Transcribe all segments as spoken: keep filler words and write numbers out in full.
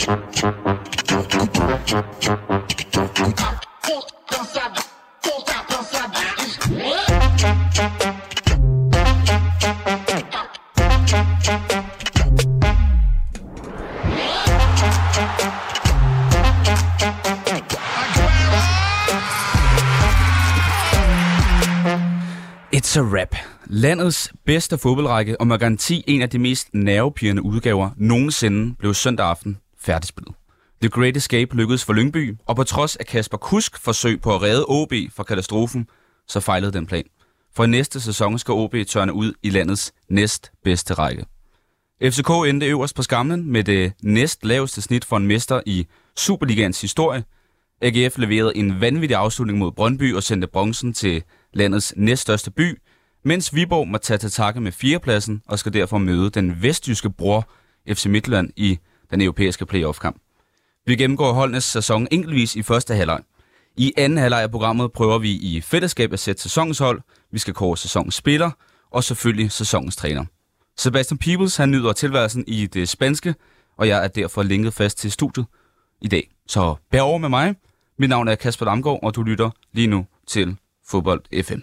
It's a Rap. Landets bedste fodboldrække og med garanti en af de mest nervepirrende udgaver nogensinde blev søndag aften færdigspillet. The Great Escape lykkedes for Lyngby, og på trods af Kasper Kusk forsøg på at redde O B fra katastrofen, så fejlede den plan. For i næste sæson skal O B tørne ud i landets næst bedste række. F C K endte øverst på skamlen med det næst laveste snit for en mester i Superligaens historie. A G F leverede en vanvittig afslutning mod Brøndby og sendte bronzen til landets næststørste by, mens Viborg må tage til takke med fjerdepladsen og skal derfor møde den vestjyske bror F C Midtjylland i den europæiske playoff-kamp. Vi gennemgår holdenes sæson enkeltvis i første halvleg. I anden halvleg af programmet prøver vi i fællesskab at sætte sæsonens hold, vi skal kåre sæsonens spiller og selvfølgelig sæsonens træner. Sebastian Peebles han nyder tilværelsen i det spanske, og jeg er derfor linket fast til studiet i dag. Så bær over med mig. Mit navn er Kasper Damgaard, og du lytter lige nu til Fodbold F M.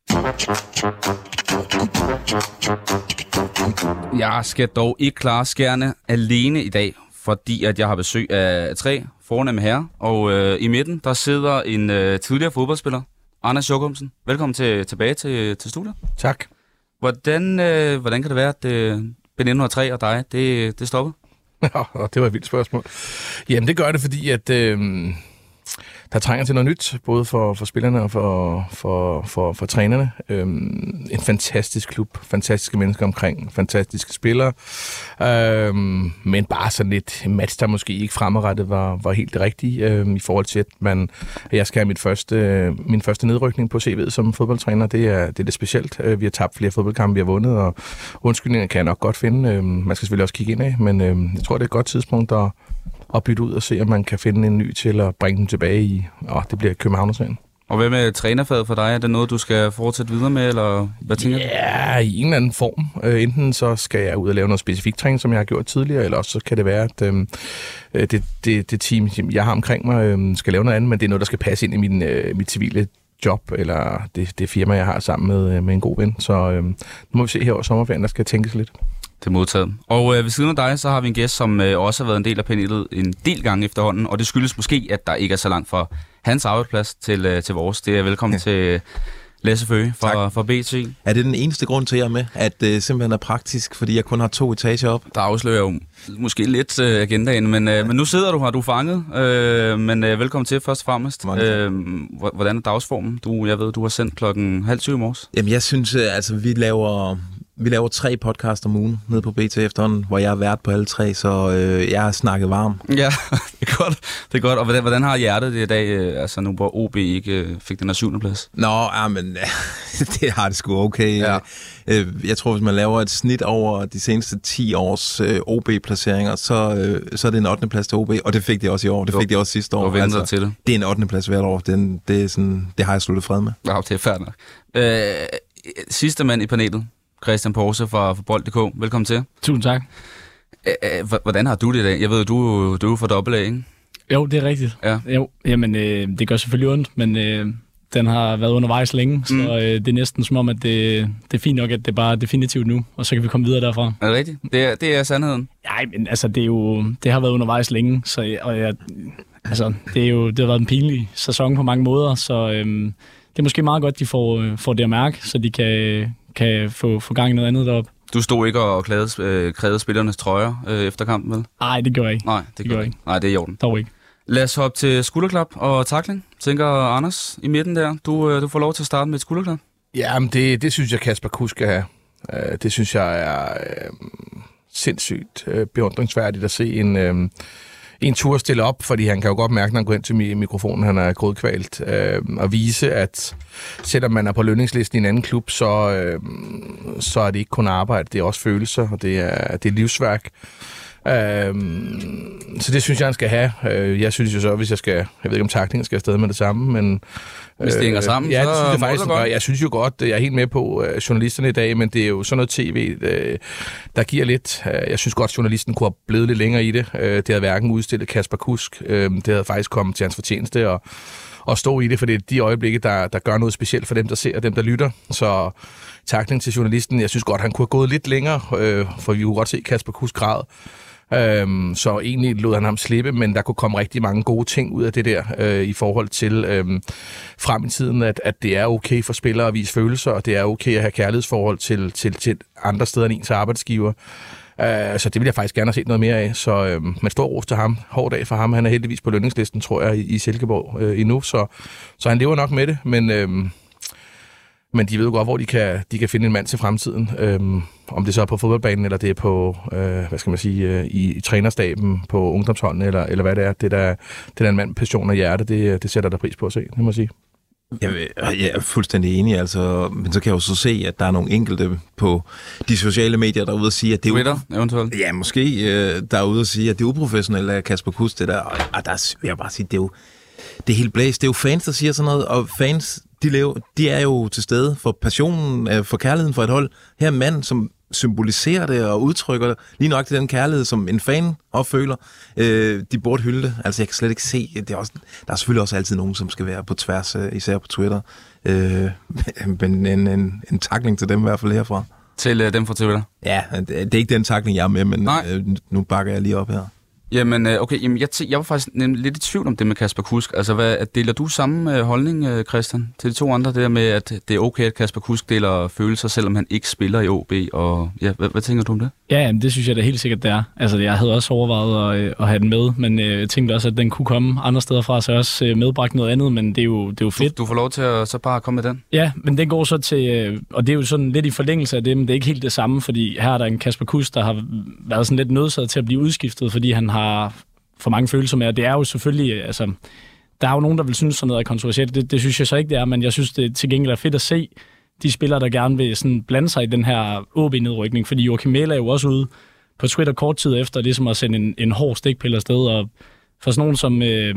Jeg skal dog ikke klare skærene alene i dag, fordi at jeg har besøg af tre fornemme herrer. Og øh, i midten, der sidder en øh, tidligere fodboldspiller, Anders Jokumsen. Velkommen til, tilbage til, til studiet. Tak. Hvordan, øh, hvordan kan det være, at øh, B nitten hundrede og tre og dig, det, det stoppede? Ja, det var et vildt spørgsmål. Jamen, det gør det, fordi at... Øh... Der trænger til noget nyt, både for, for spillerne og for, for, for, for trænerne. Øhm, en fantastisk klub, fantastiske mennesker omkring, fantastiske spillere. Øhm, men bare sådan lidt en match, der måske ikke fremadrettet var, var helt det rigtige, øhm, i forhold til, at man, jeg skal have mit første, min første nedrykning på C V'et som fodboldtræner. Det er det, er det specielt. Vi har tabt flere fodboldkampe, vi har vundet, og undskyldninger kan jeg nok godt finde. Øhm, man skal selvfølgelig også kigge ind af, men øhm, jeg tror, det er et godt tidspunkt at og bytte ud og se, om man kan finde en ny til at bringe dem tilbage i, åh, det bliver Københavnersagen. Og hvad med trænerfaget for dig? Er det noget, du skal fortsætte videre med, eller hvad tænker du? Ja, i en eller anden form. Enten så skal jeg ud og lave noget specifikt træning, som jeg har gjort tidligere, eller også så kan det være, at øhm, det, det, det team, jeg har omkring mig, øhm, skal lave noget andet, men det er noget, der skal passe ind i min, øh, mit civile job, eller det, det firma, jeg har sammen med, med en god ven. Så øhm, nu må vi se her over sommerferien, der skal tænkes lidt. Det er modtaget. Og øh, ved siden af dig, så har vi en gæst, som øh, også har været en del af panelet en del gange efterhånden, og det skyldes måske, at der ikke er så langt fra hans arbejdsplads til, øh, til vores. Det er velkommen ja. til Lasse Føge fra, fra B T. Er det den eneste grund til, at jeg er med? At det øh, simpelthen er praktisk, fordi jeg kun har to etager op? Der afslører jo måske lidt øh, agendaen, men, øh, men nu sidder du her, du er fanget. Øh, men øh, velkommen til først og fremmest. Øh, hvordan er dagsformen? Du, jeg ved, du har sendt klokken halv syv i morges. Jamen jeg synes, øh, altså vi laver... Vi laver tre podcast om ugen nede på B T efterhånden, hvor jeg har været på alle tre, så øh, jeg har snakket varm. Ja, det er godt. Det er godt. Og hvordan, hvordan har hjertet det i dag, øh, altså nu hvor O B ikke øh, fik den her syvende plads? Nå, ja, men det har det sgu okay. Ja. Øh, jeg tror, hvis man laver et snit over de seneste ti års øh, O B-placeringer, så, øh, så er det en ottende plads til O B, og det fik de også i år. Det fik de også sidste år. Altså, til det. det er en ottende plads hvert år. Den, det, er sådan, det har jeg sluttet fred med. Ja, det er fair nok. Øh, sidste mand i panelet. Christian Porse fra, fra Bold punktum d k. Velkommen til. Tusind tak. Hvordan har du det i dag? Jeg ved, du, du er fra dobbelt A, ikke? Jo, det er rigtigt. Ja. Jo, jamen, øh, det gør selvfølgelig ondt, men øh, den har været undervejs længe, så øh, det er næsten som om, at det, det er fint nok, at det bare er definitivt nu, og så kan vi komme videre derfra. Er det rigtigt? Det er, det er sandheden? Nej, men altså, det, er jo, det har været undervejs længe, så og jeg, altså, det, er jo, det har været en pinlig sæson på mange måder, så øh, det er måske meget godt, at de får, får det at mærke, så de kan... kan få, få gang i noget andet deroppe. Du stod ikke og krævede, øh, krævede spillernes trøjer øh, efter kampen, vel? Nej, det gør jeg ikke. Nej, det, det gør jeg ikke. Nej, det er i orden. Dog ikke. Lad os hoppe til skulderklap og tackling. Tænker Anders i midten der. Du, øh, du får lov til at starte med et skulderklap. Jamen, det, det synes jeg, Kasper Kusk skal have. Uh, det synes jeg er uh, sindssygt uh, beundringsværdigt at se en... Uh, en tur stille op, fordi han kan jo godt mærke, når han går ind til mikrofonen, han er grådkvalt, øh, og vise, at selvom man er på lønningslisten i en anden klub, så, øh, så er det ikke kun arbejde, det er også følelser, og det er, det er livsværk. Øh, så det synes jeg, han skal have. Jeg synes jo så, hvis jeg skal, jeg ved ikke om taklingen skal afsted med det samme, men Hvis det hænger sammen, ja, så det synes jeg faktisk, godt. Jeg synes jo godt, jeg er helt med på uh, journalisterne i dag, men det er jo sådan noget tv, uh, der giver lidt. Uh, jeg synes godt, journalisten kunne have blevet lidt længere i det. Uh, det havde hverken udstillet Kasper Kusk. Uh, det havde faktisk kommet til hans fortjeneste og, og stå i det, for det er de øjeblikke, der, der gør noget specielt for dem, der ser og dem, der lytter. Så takling til journalisten, jeg synes godt, han kunne have gået lidt længere, uh, for vi kunne godt se Kasper Kusk græd. Øhm, så egentlig lod han ham slippe, men der kunne komme rigtig mange gode ting ud af det der, øh, i forhold til øhm, frem i tiden, at, at det er okay for spillere at vise følelser, og det er okay at have kærlighedsforhold til, til, til andre steder end ens arbejdsgiver. Øh, så det vil jeg faktisk gerne have set noget mere af. Så øh, man stor ros til ham. Hård dag for ham. Han er heldigvis på lønningslisten, tror jeg, i, i Silkeborg øh, endnu, så, så han lever nok med det, men... Øh, Men de ved jo godt, hvor de kan, de kan finde en mand til fremtiden. Øhm, om det så er på fodboldbanen, eller det er på, øh, hvad skal man sige, øh, i, i trænerstaben, på ungdomsholdene, eller, eller hvad det er. Det der, det der en mand, passion og hjerte, det, det sætter der pris på at se, det må jeg sige. Jeg, jeg er fuldstændig enig, altså, men så kan jeg jo så se, at der er nogle enkelte på de sociale medier, der er ude og sige, at det er... Twitter, eventuelt? Ja, måske, øh, der er ude og sige, at det er uprofessionelt af Kasper Kusk, det der. Og, og der vil jeg bare sige, det er jo det er helt blæst. Det er jo fans, der siger sådan noget, og fans, de, lever, de er jo til stede for passionen, for kærligheden for et hold. Her er en mand, som symboliserer det og udtrykker lige nok til den kærlighed, som en fan opføler. Øh, de burde hylde det. Altså, jeg kan slet ikke se. Det er også, der er selvfølgelig også altid nogen, som skal være på tværs, især på Twitter. Øh, men en, en, en tackling til dem i hvert fald herfra. Til uh, dem fra Twitter? Ja, det, det er ikke den tackling, jeg er med, men øh, nu bakker jeg lige op her. Jamen, okay, jamen jeg, t- jeg var faktisk lidt i tvivl om det med Kasper Kusk. Altså, hvad, deler du samme holdning, Christian, til de to andre, det der med, at det er okay, at Kasper Kusk deler følelser, selvom han ikke spiller i O B, og ja, hvad, hvad tænker du om det? Ja, jamen, det synes jeg da helt sikkert, det er. Altså, jeg havde også overvejet at, at have den med, men øh, jeg tænkte også, at den kunne komme andre steder fra, så jeg også øh, medbragt noget andet, men det er jo, det er jo fedt. Du, du får lov til at så bare komme med den? Ja, men den går så til, øh, og det er jo sådan lidt i forlængelse af det, men det er ikke helt det samme, fordi her er der en Kasper Kusk, der har været sådan lidt nødsaget til at blive udskiftet, fordi han har for mange følelser med, og det er jo selvfølgelig, altså, der er jo nogen, der vil synes sådan noget er kontroversielt, det, det synes jeg så ikke, det er, men jeg synes, det til gengæld er fedt at se de spillere, der gerne vil sådan blande sig i den her O B-nedrykning, fordi Joachim Mähle er jo også ude på Twitter kort tid efter, det som at sende en, en hård stikpille afsted, og for sådan nogen som øh,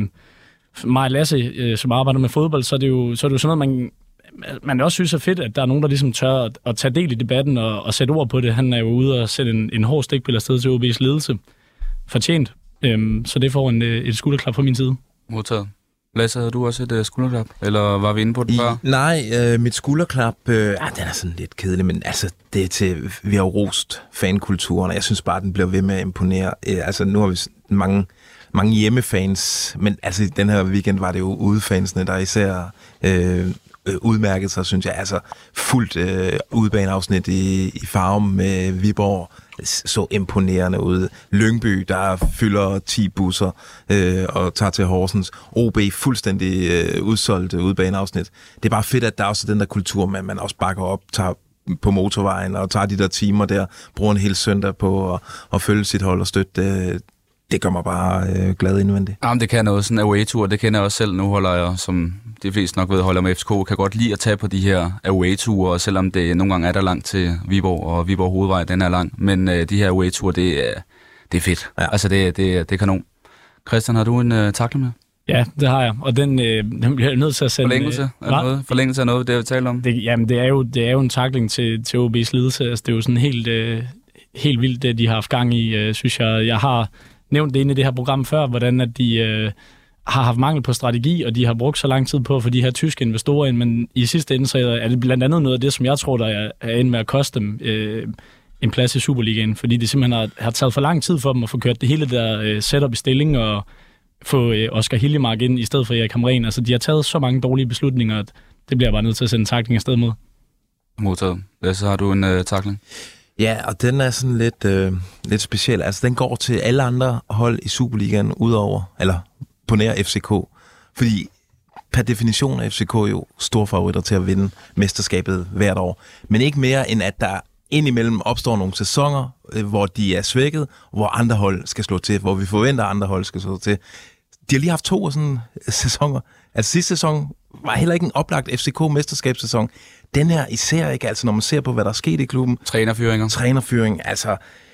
mig og Lasse, øh, som arbejder med fodbold, så er det jo, så er det jo sådan noget, man, man også synes er fedt, at der er nogen, der ligesom tør at, at tage del i debatten og, og sætte ord på det. Han er jo ude og sætte en, en hård stikpille afsted til O B's ledelse. Fortjent. Øhm, så det får en, et skulderklap fra min side. Modtaget. Lasse, havde du også et uh, skulderklap? Eller var vi inde på det før? Nej, øh, mit skulderklap, øh, ah, den er sådan lidt kedelig, men altså, det er til, vi har jo rost fankulturen, og jeg synes bare, den bliver ved med at imponere. Øh, altså, nu har vi mange, mange hjemmefans, men altså, den her weekend var det jo udefansene, der især øh, udmærket sig, synes jeg. Altså, fuldt øh, udebaneafsnit i, i Farum med Viborg, så imponerende ud. Lyngby, der fylder ti busser øh, og tager til Horsens. O B, fuldstændig øh, udsolgt udbaneafsnit. Det er bare fedt, at der er også den der kultur med, at man også bakker op, tager på motorvejen og tager de der timer der, bruger en hel søndag på at, at følge sit hold og støtte det. Det gør mig bare øh, glad indvendigt. Jamen, det kan noget. Sådan en away-tur, det kender jeg også selv. Nu holder jeg, som de fleste nok ved, holder med F C K, kan godt lide at tage på de her away-ture, og selvom det nogle gange er der langt til Viborg, og Viborg Hovedvej, den er lang. Men øh, de her away-ture, det, øh, det er fedt. Ja. Altså, det, det, det er kanon. Christian, har du en øh, tackle med? Ja, det har jeg, og den, øh, den bliver jeg nødt til at sende... Forlængelse af noget? Forlængelse af noget, det vi taler om? Det, jamen, det er, jo, det er jo en tackling til, til O B's ledelse. Altså, det er jo sådan helt, øh, helt vildt, det de har haft gang i, øh, synes jeg. Jeg har nævnt det inde i det her program før, hvordan at de øh, har haft mangel på strategi, og de har brugt så lang tid på at få de her tyske investorer ind, men i sidste ende så er det blandt andet noget af det, som jeg tror, der er, er inde med at koste dem øh, en plads i Superligaen, fordi det simpelthen har, har taget for lang tid for dem at få kørt det hele der øh, setup i stilling, og få øh, Oscar Hiljemark ind i stedet for Erik Hamrén. Altså, de har taget så mange dårlige beslutninger, at det bliver bare nødt til at sende en tackling afsted med. Modtaget. Så har du en øh, tackling? Ja, og den er sådan lidt, øh, lidt speciel. Altså, den går til alle andre hold i Superligaen, udover, eller på nær F C K. Fordi per definition er F C K jo store favoritter til at vinde mesterskabet hvert år. Men ikke mere end, at der indimellem opstår nogle sæsoner, øh, hvor de er svækket, hvor andre hold skal slå til, hvor vi forventer, at andre hold skal slå til. De har lige haft to sådan sæsoner. Altså, sidste sæson var heller ikke en oplagt F C K-mesterskabssæson. Den her især ikke, altså når man ser på, hvad der er sket i klubben. Trænerfyringer. Trænerfyring, altså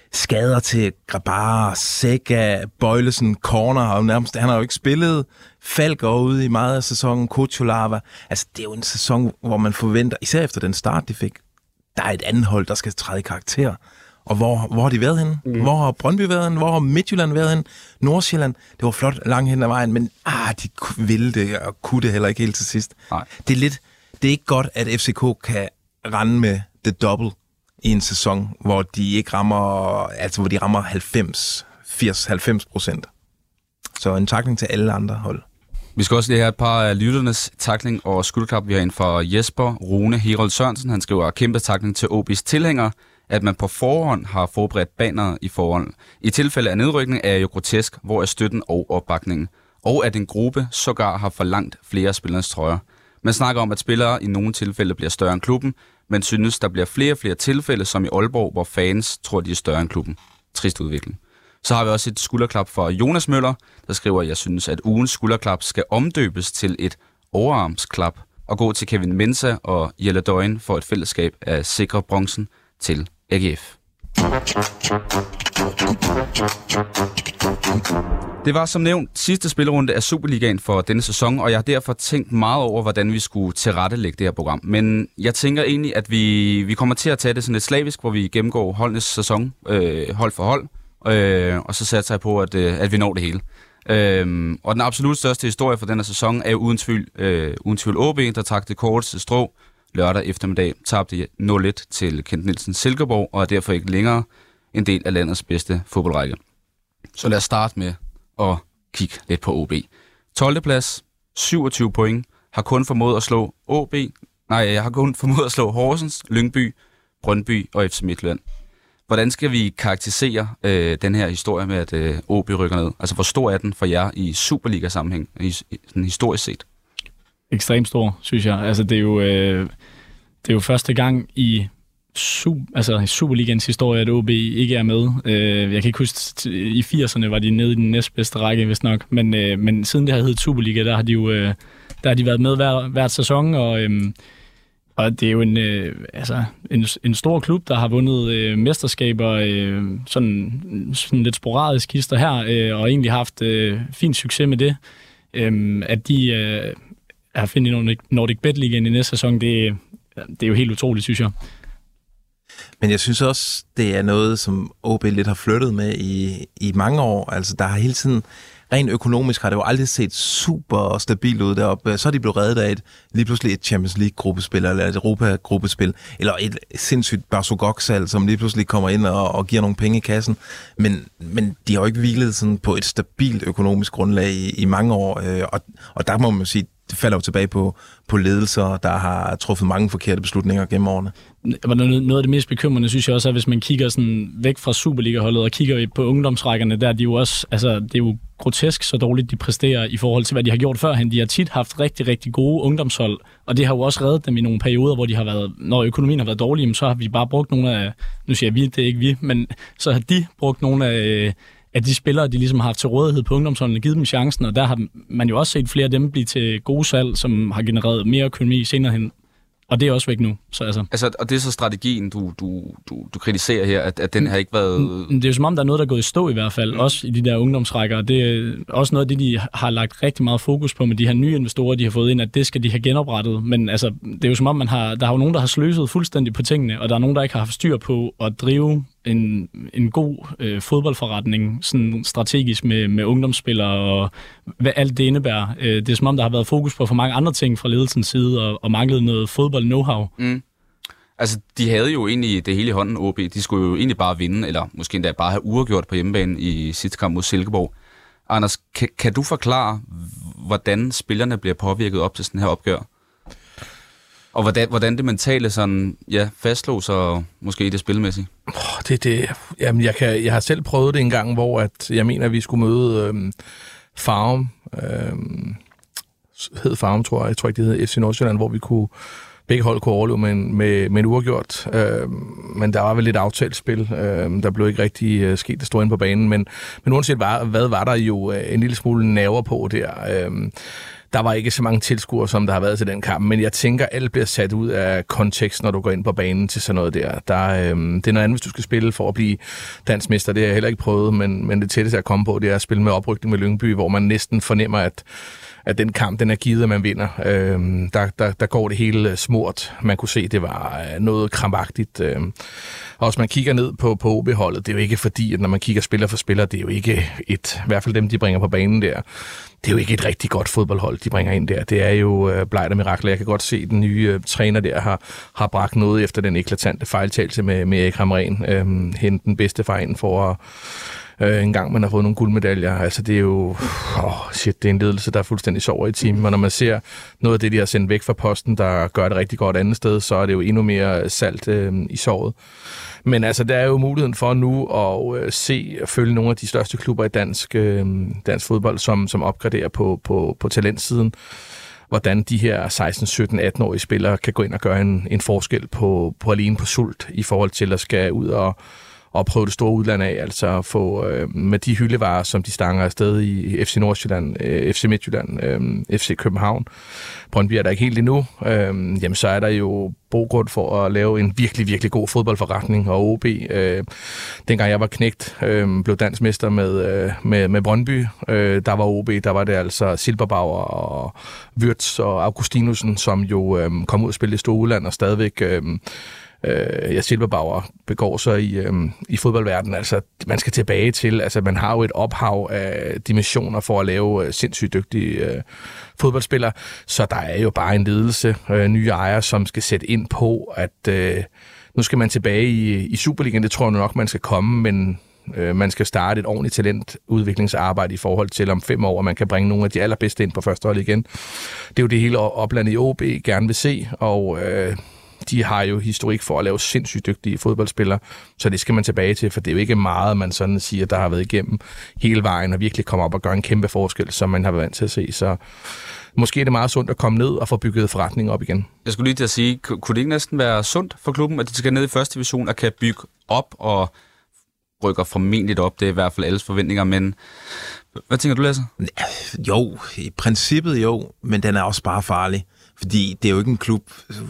skader til Grabar, Sega, Bøjlesen, Corner, og nærmest, han har jo ikke spillet. Falk går ude i meget af sæsonen, Kuchulava. Altså, det er jo en sæson, hvor man forventer, især efter den start, de fik, der er et andet hold, der skal træde i karakter. Og hvor, hvor har de været henne? Mm. Hvor har Brøndby været henne? Hvor har Midtjylland været henne? Nordsjælland, det var flot langt hen ad vejen, men ah, de ville det og kunne det heller ikke helt til sidst. Nej. Det er lidt, det er ikke godt, at F C K kan rende med det double i en sæson, hvor de ikke rammer, altså hvor de rammer halvfems, firs, halvfems procent. Så en takling til alle andre hold. Vi skal også lige have et par af lytternes takling og skulderklap. Vi har en fra Jesper Rune Herold Sørensen. Han skriver kæmpe takling til O B's tilhængere, at man på forhånd har forberedt baner i forhånd. I tilfælde af nedrykning er jo grotesk, hvor er støtten og opbakningen. Og at en gruppe sågar har forlangt flere spillernes trøjer. Man snakker om, at spillere i nogle tilfælde bliver større end klubben, men synes, der bliver flere og flere tilfælde, som i Aalborg, hvor fans tror, de er større end klubben. Trist udvikling. Så har vi også et skulderklap fra Jonas Møller, der skriver, at jeg synes, at ugens skulderklap skal omdøbes til et overarmsklap og gå til Kevin Mensa og Jelle Døjen for et fællesskab af sikre bronzen til A G F. Det var som nævnt sidste spillerunde af Superligaen for denne sæson, og jeg har derfor tænkt meget over, hvordan vi skulle tilrettelægge det her program. Men jeg tænker egentlig, at vi, vi kommer til at tage det sådan lidt slavisk, hvor vi gennemgår holdenes sæson, øh, hold for hold, øh, og så satser jeg på, at, øh, at vi når det hele. Øh, og den absolut største historie for denne sæson er jo uden tvivl, øh, uden tvivl O B, der trak det korteste strå lørdag eftermiddag, tabte nul et til Kent Nielsen Silkeborg, og er derfor ikke længere en del af landets bedste fodboldrække. Så lad os starte med at kigge lidt på O B. tolvte plads, syvogtyve point, har kun formået at slå O B, nej, jeg har kun formået at slå Horsens, Lyngby, Brøndby og F C Midtjylland. Hvordan skal vi karakterisere øh, den her historie med, at øh, O B rykker ned? Altså, hvor stor er den for jer i Superliga-sammenhæng, i, i, sådan historisk set? Ekstremt stor, synes jeg. Altså, det er jo, øh, det er jo første gang i, su- altså, i Superligans historie, at O B ikke er med. Øh, jeg kan ikke huske, i firserne var de nede i den næstbedste række, vist nok. Men, øh, men siden det har heddet Superliga, der har de jo øh, der har de været med hver, hvert sæson, og, øh, og det er jo en, øh, altså, en, en stor klub, der har vundet øh, mesterskaber øh, sådan, sådan lidt sporadisk hister her, øh, og egentlig haft øh, fin succes med det. Øh, at de øh, har fundet i Nordic, Nordic Bet Ligaen i næste sæson, det, det er jo helt utroligt, synes jeg. Men jeg synes også, det er noget, som O B lidt har flyttet med i, i mange år. Altså, der har hele tiden, rent økonomisk har det jo aldrig set super stabilt ud deroppe. Så er de blevet reddet af et, lige pludselig et Champions League-gruppespil, eller et Europa-gruppespil, eller et sindssygt Barsogok-salg, som lige pludselig kommer ind og, og giver nogle penge i kassen. Men, men de har jo ikke hvilet sådan på et stabilt økonomisk grundlag i, i mange år, og, og der må man sige, det falder jo tilbage på, på ledelser, der har truffet mange forkerte beslutninger gennem årene. Noget af det mest bekymrende, synes jeg også, er, hvis man kigger sådan væk fra Superliga-holdet og kigger på ungdomsrækkerne, der er de jo også, altså det er jo grotesk så dårligt, de præsterer i forhold til, hvad de har gjort førhen. De har tit haft rigtig, rigtig gode ungdomshold, og det har jo også reddet dem i nogle perioder, hvor de har været, når økonomien har været dårlig, så har vi bare brugt nogle af, nu siger jeg vi, det er ikke vi, men så har de brugt nogle af at de spillere, de ligesom har haft til rådighed på ungdomsholdene, givet dem chancen, og der har man jo også set flere af dem blive til gode salg, som har genereret mere økonomi senere hen. Og det er også væk nu. Så altså. Altså, og det er så strategien, du, du, du, du kritiserer her, at, at den har ikke været... Det er jo som om, der er noget, der er gået i stå i hvert fald, mm. også i de der ungdomsrækker. Det er også noget af det, de har lagt rigtig meget fokus på med de her nye investorer, de har fået ind, at det skal de have genoprettet. Men altså, det er jo som om, man har, der er jo nogen, der har sløset fuldstændig på tingene, og der er nogen, der ikke har haft styr på at drive en, en god øh, fodboldforretning, sådan strategisk med, med ungdomsspillere og hvad alt det indebærer. Øh, det er som om, der har været fokus på for mange andre ting fra ledelsens side, og, og manglet noget fodbold-know-how. Mm. Altså, de havde jo egentlig det hele i hånden, O B. De skulle jo egentlig bare vinde, eller måske endda bare have uafgjort på hjemmebane i sidste kamp mod Silkeborg. Anders, kan, kan du forklare, hvordan spillerne bliver påvirket op til sådan her opgør? Og hvordan, hvordan det mentale sådan, ja, fastslår sig måske i det spilmæssige? Oh, det, det, jamen, jeg, kan, jeg har selv prøvet det en gang, hvor at jeg mener, at vi skulle møde øhm, Farum. Øhm, hed Farum, tror jeg. Jeg tror ikke, det hed F C Nordsjælland, hvor vi kunne, begge hold kunne overleve med en, med, med en uafgjort. Øhm, men der var vel lidt aftalt spil. Øhm, der blev ikke rigtig øh, sket det store inde på banen. Men, men uanset hvad, hvad var der jo øh, en lille smule nerver på der. Øhm, der var ikke så mange tilskuere, som der har været til den kamp, men jeg tænker, alt bliver sat ud af kontekst, når du går ind på banen til sådan noget der. der øhm, det er noget andet, hvis du skal spille for at blive dansk mester. Det har jeg heller ikke prøvet, men, men det tætteste at komme på, det er at spille med oprykning med Lyngby, hvor man næsten fornemmer, at at den kamp, den er givet, at man vinder. Øhm, der, der, der går det hele smurt. Man kunne se, det var noget krampagtigt. Øhm, og hvis man kigger ned på, på O B-holdet, det er jo ikke fordi, at når man kigger spiller for spiller, det er jo ikke et, i hvert fald dem, de bringer på banen der, det er jo ikke et rigtig godt fodboldhold, de bringer ind der. Det er jo øh, blejt og mirakler. Jeg kan godt se, at den nye øh, træner der har, har bragt noget efter den eklatante fejltagelse med, med Erik Hamrén. Øhm, hente den bedste fejl for at Øh, en gang man har fået nogle guldmedaljer. Altså det er jo, åh, shit, det er en ledelse, der er fuldstændig sover i timen. Og når man ser noget af det, de har sendt væk fra posten, der gør det rigtig godt andet sted, så er det jo endnu mere salt øh, i såret. Men altså, der er jo muligheden for nu at øh, se og følge nogle af de største klubber i dansk, øh, dansk fodbold, som, som opgraderer på, på, på talentsiden. Hvordan de her seksten, sytten, atten-årige spillere kan gå ind og gøre en, en forskel på, på alene på sult i forhold til at skal ud og og prøve det store udland af, altså få øh, med de hyldevarer, som de stanger afsted i F C Nordsjælland, øh, F C Midtjylland, øh, F C København. Brøndby er der ikke helt endnu. Øh, jamen, så er der jo god grund for at lave en virkelig, virkelig god fodboldforretning, og O B, øh, dengang jeg var knægt, øh, blev dansk mester med, øh, med, med Brøndby. Øh, der var O B, der var det altså Silberbauer og Wirtz og Augustinussen, som jo øh, kom ud og spille i store udland og stadigvæk øh, Øh, ja, Silberbauer begår sig i, øhm, i fodboldverdenen. Altså, man skal tilbage til, altså man har jo et ophav af dimensioner for at lave øh, sindssygt dygtige øh, fodboldspillere, så der er jo bare en ledelse, øh, nye ejere, som skal sætte ind på, at øh, nu skal man tilbage i, i Superligaen. Det tror jeg nok, man skal komme, men øh, man skal starte et ordentligt talentudviklingsarbejde i forhold til om fem år, og man kan bringe nogle af de allerbedste ind på første hold igen. Det er jo det hele oplandet i O B gerne vil se, og øh, de har jo historik for at lave sindssygt dygtige fodboldspillere, så det skal man tilbage til, for det er jo ikke meget, man sådan siger, der har været igennem hele vejen og virkelig komme op og gøre en kæmpe forskel, som man har været vant til at se. Så måske er det meget sundt at komme ned og få bygget forretningen op igen. Jeg skulle lige til at sige, kunne det ikke næsten være sundt for klubben, at de skal ned i første division og kan bygge op og rykker formentlig op? Det er i hvert fald alles forventninger, men hvad tænker du, Lasse? Jo, i princippet jo, men den er også bare farlig. Fordi det er jo ikke en klub,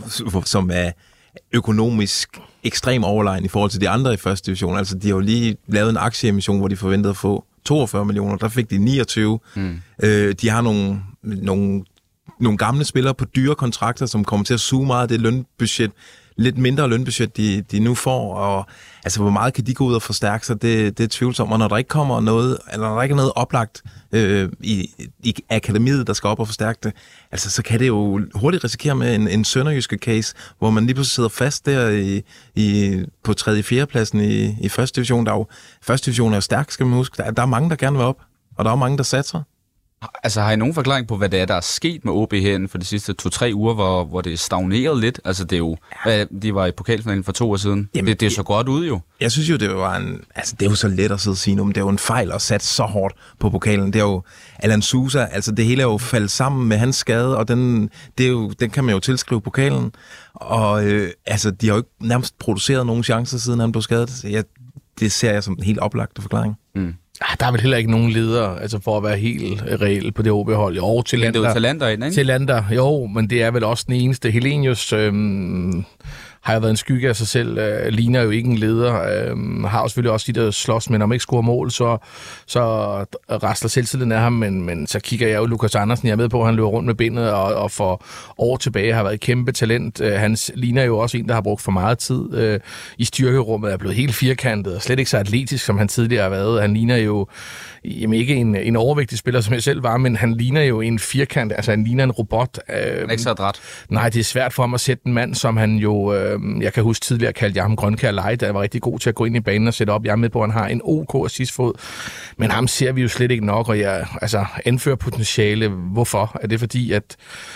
som er økonomisk ekstrem overlegen i forhold til de andre i første division. Altså, de har jo lige lavet en aktieemission, hvor de forventede at få toogfyrre millioner. Der fik de niogtyve. Mm. Øh, de har nogle, nogle, nogle gamle spillere på dyre kontrakter, som kommer til at suge meget af det lønbudget. Lidt mindre lønbudget, de, de nu får, og altså, hvor meget kan de gå ud og forstærke sig, det, det er tvivlsomt. Og når der ikke kommer noget, eller når der ikke er noget oplagt øh, i, i akademiet, der skal op og forstærke det, altså, så kan det jo hurtigt risikere med en, en sønderjyske case, hvor man lige pludselig sidder fast der i, i, på tredje fjerde pladsen i, i første division. Der er jo, første division er jo stærk, skal man huske. Der, der er mange, der gerne vil op, og der er mange, der satser. Altså, har I nogen forklaring på, hvad det er, der er sket med O B her inden for de sidste to-tre uger, hvor, hvor det stagnerede lidt? Altså, det er jo... Ja. De var i pokalfinalen for to år siden. Jamen, det, det er så godt ud, jo. Jeg synes jo, det var en... Altså, det er jo så let at sidde og sige nu, men det er jo en fejl at sætte så hårdt på pokalen. Det er jo... Alan Sousa, altså det hele er jo faldet sammen med hans skade, og den, det er jo, den kan man jo tilskrive pokalen. Og øh, altså, de har jo ikke nærmest produceret nogen chancer, siden han blev skadet. Jeg, det ser jeg som en helt oplagt forklaring. Mm. Der er vel heller ikke nogen ledere, altså for at være helt reel på det O B-hold. Jo, til det er jo talenter ind, ikke? Talenter, jo, men det er vel også den eneste. Helenius øhm, har jo været en skygge af sig selv, øh, ligner jo ikke en leder. Øh, har jo selvfølgelig også de der slås, men om ikke scorer mål, så, så rastler selvtilliden af ham. Men, men så kigger jeg jo Lukas Andersen, jeg er med på, at han løber rundt med bindet, og, og for år tilbage har været et kæmpe talent. Øh, han ligner jo også en, der har brugt for meget tid øh, i styrkerummet, er blevet helt firkantet, og slet ikke så atletisk, som han tidligere har været. Han ligner jo jamen ikke en, en overvægtig spiller, som jeg selv var, men han ligner jo en firkant, altså han ligner en robot. Øh, ikke så adræt. Nej, det er svært for ham at sætte en mand, som han jo, øh, jeg kan huske tidligere kaldte jeg ham Grønkær Light, der var rigtig god til at gå ind i banen og sætte op. Jeg er med på, at han har en OK assistfod, men ham ser vi jo slet ikke nok, og jeg altså, anfører potentiale. Hvorfor? Er det fordi, at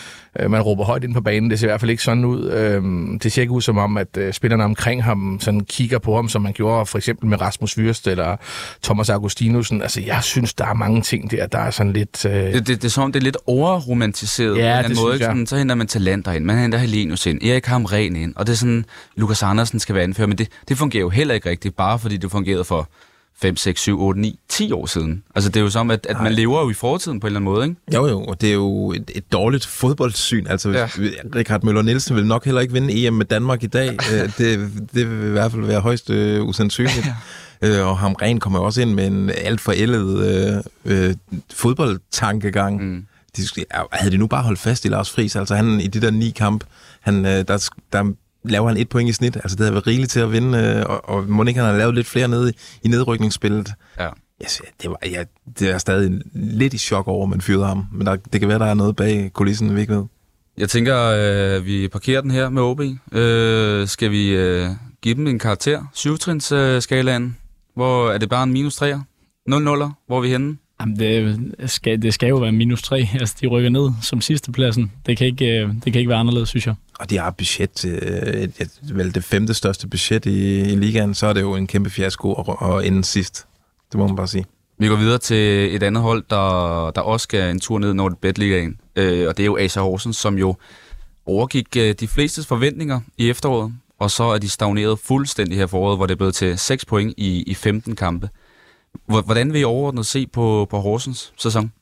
man råber højt ind på banen? Det ser i hvert fald ikke sådan ud. Det ser ikke ud som om, at spillerne omkring ham sådan kigger på ham, som man gjorde for eksempel med Rasmus Wirtz eller Thomas Augustinussen. Altså, jeg synes, der er mange ting der, der er sådan lidt... Øh... Det, det, det er som om, det er lidt overromantiseret. Ja, det måde, synes jeg. Sådan, så henter man talenter ind, man henter Helenius ind, Erik Hamrén ind, og det er sådan, Lukas Andersen skal være anfører, men det, det fungerer jo heller ikke rigtigt, bare fordi det fungerede for fem, seks, syv, otte, ni, ti år siden. Altså det er jo som, at, at man lever jo i fortiden på en eller anden måde, ikke? Jo jo, og det er jo et, et dårligt fodboldsyn. Altså ja. Richard Møller Nielsen vil nok heller ikke vinde E M med Danmark i dag. det, det vil i hvert fald være højst øh, usandsynligt. Ja. Og ham Ren kommer også ind med en alt for ældet øh, øh, fodboldtankegang. Mm. De, havde de nu bare holdt fast i Lars Friis, altså han i de der ni kamp, han, der, der laver han et point i snit, altså det havde været rigeligt til at vinde, og, og må ikke han har lavet lidt flere nede i, i nedrykningsspillet. Ja. Yes, det, var, ja, det er stadig lidt i chok over, at man fyrede ham, men der, det kan være, der er noget bag kulissen, vi ikke ved. Jeg tænker, øh, vi parkerer den her med O B. Øh, skal vi øh, give dem en karakter? Syvtrins-skalaen, øh, hvor er det bare en minus treer? nul nuller, hvor er vi henne? Jamen, det skal, det skal jo være minus tre. Altså, de rykker ned som sidstepladsen. Det kan ikke, det kan ikke være anderledes, synes jeg. Og de har budget, øh, vel det femte største budget i, i ligaen, så er det jo en kæmpe fiasko at, at ende sidst. Det må man bare sige. Vi går videre til et andet hold, der, der også skal en tur ned når det Betligaen. Øh, og det er jo A C Horsens, som jo overgik øh, de flestes forventninger i efteråret. Og så er de stagneret fuldstændig her foråret, hvor det er blevet til seks point i, i femten kampe. Hvordan vil I overordnet se på, på Horsens sæson?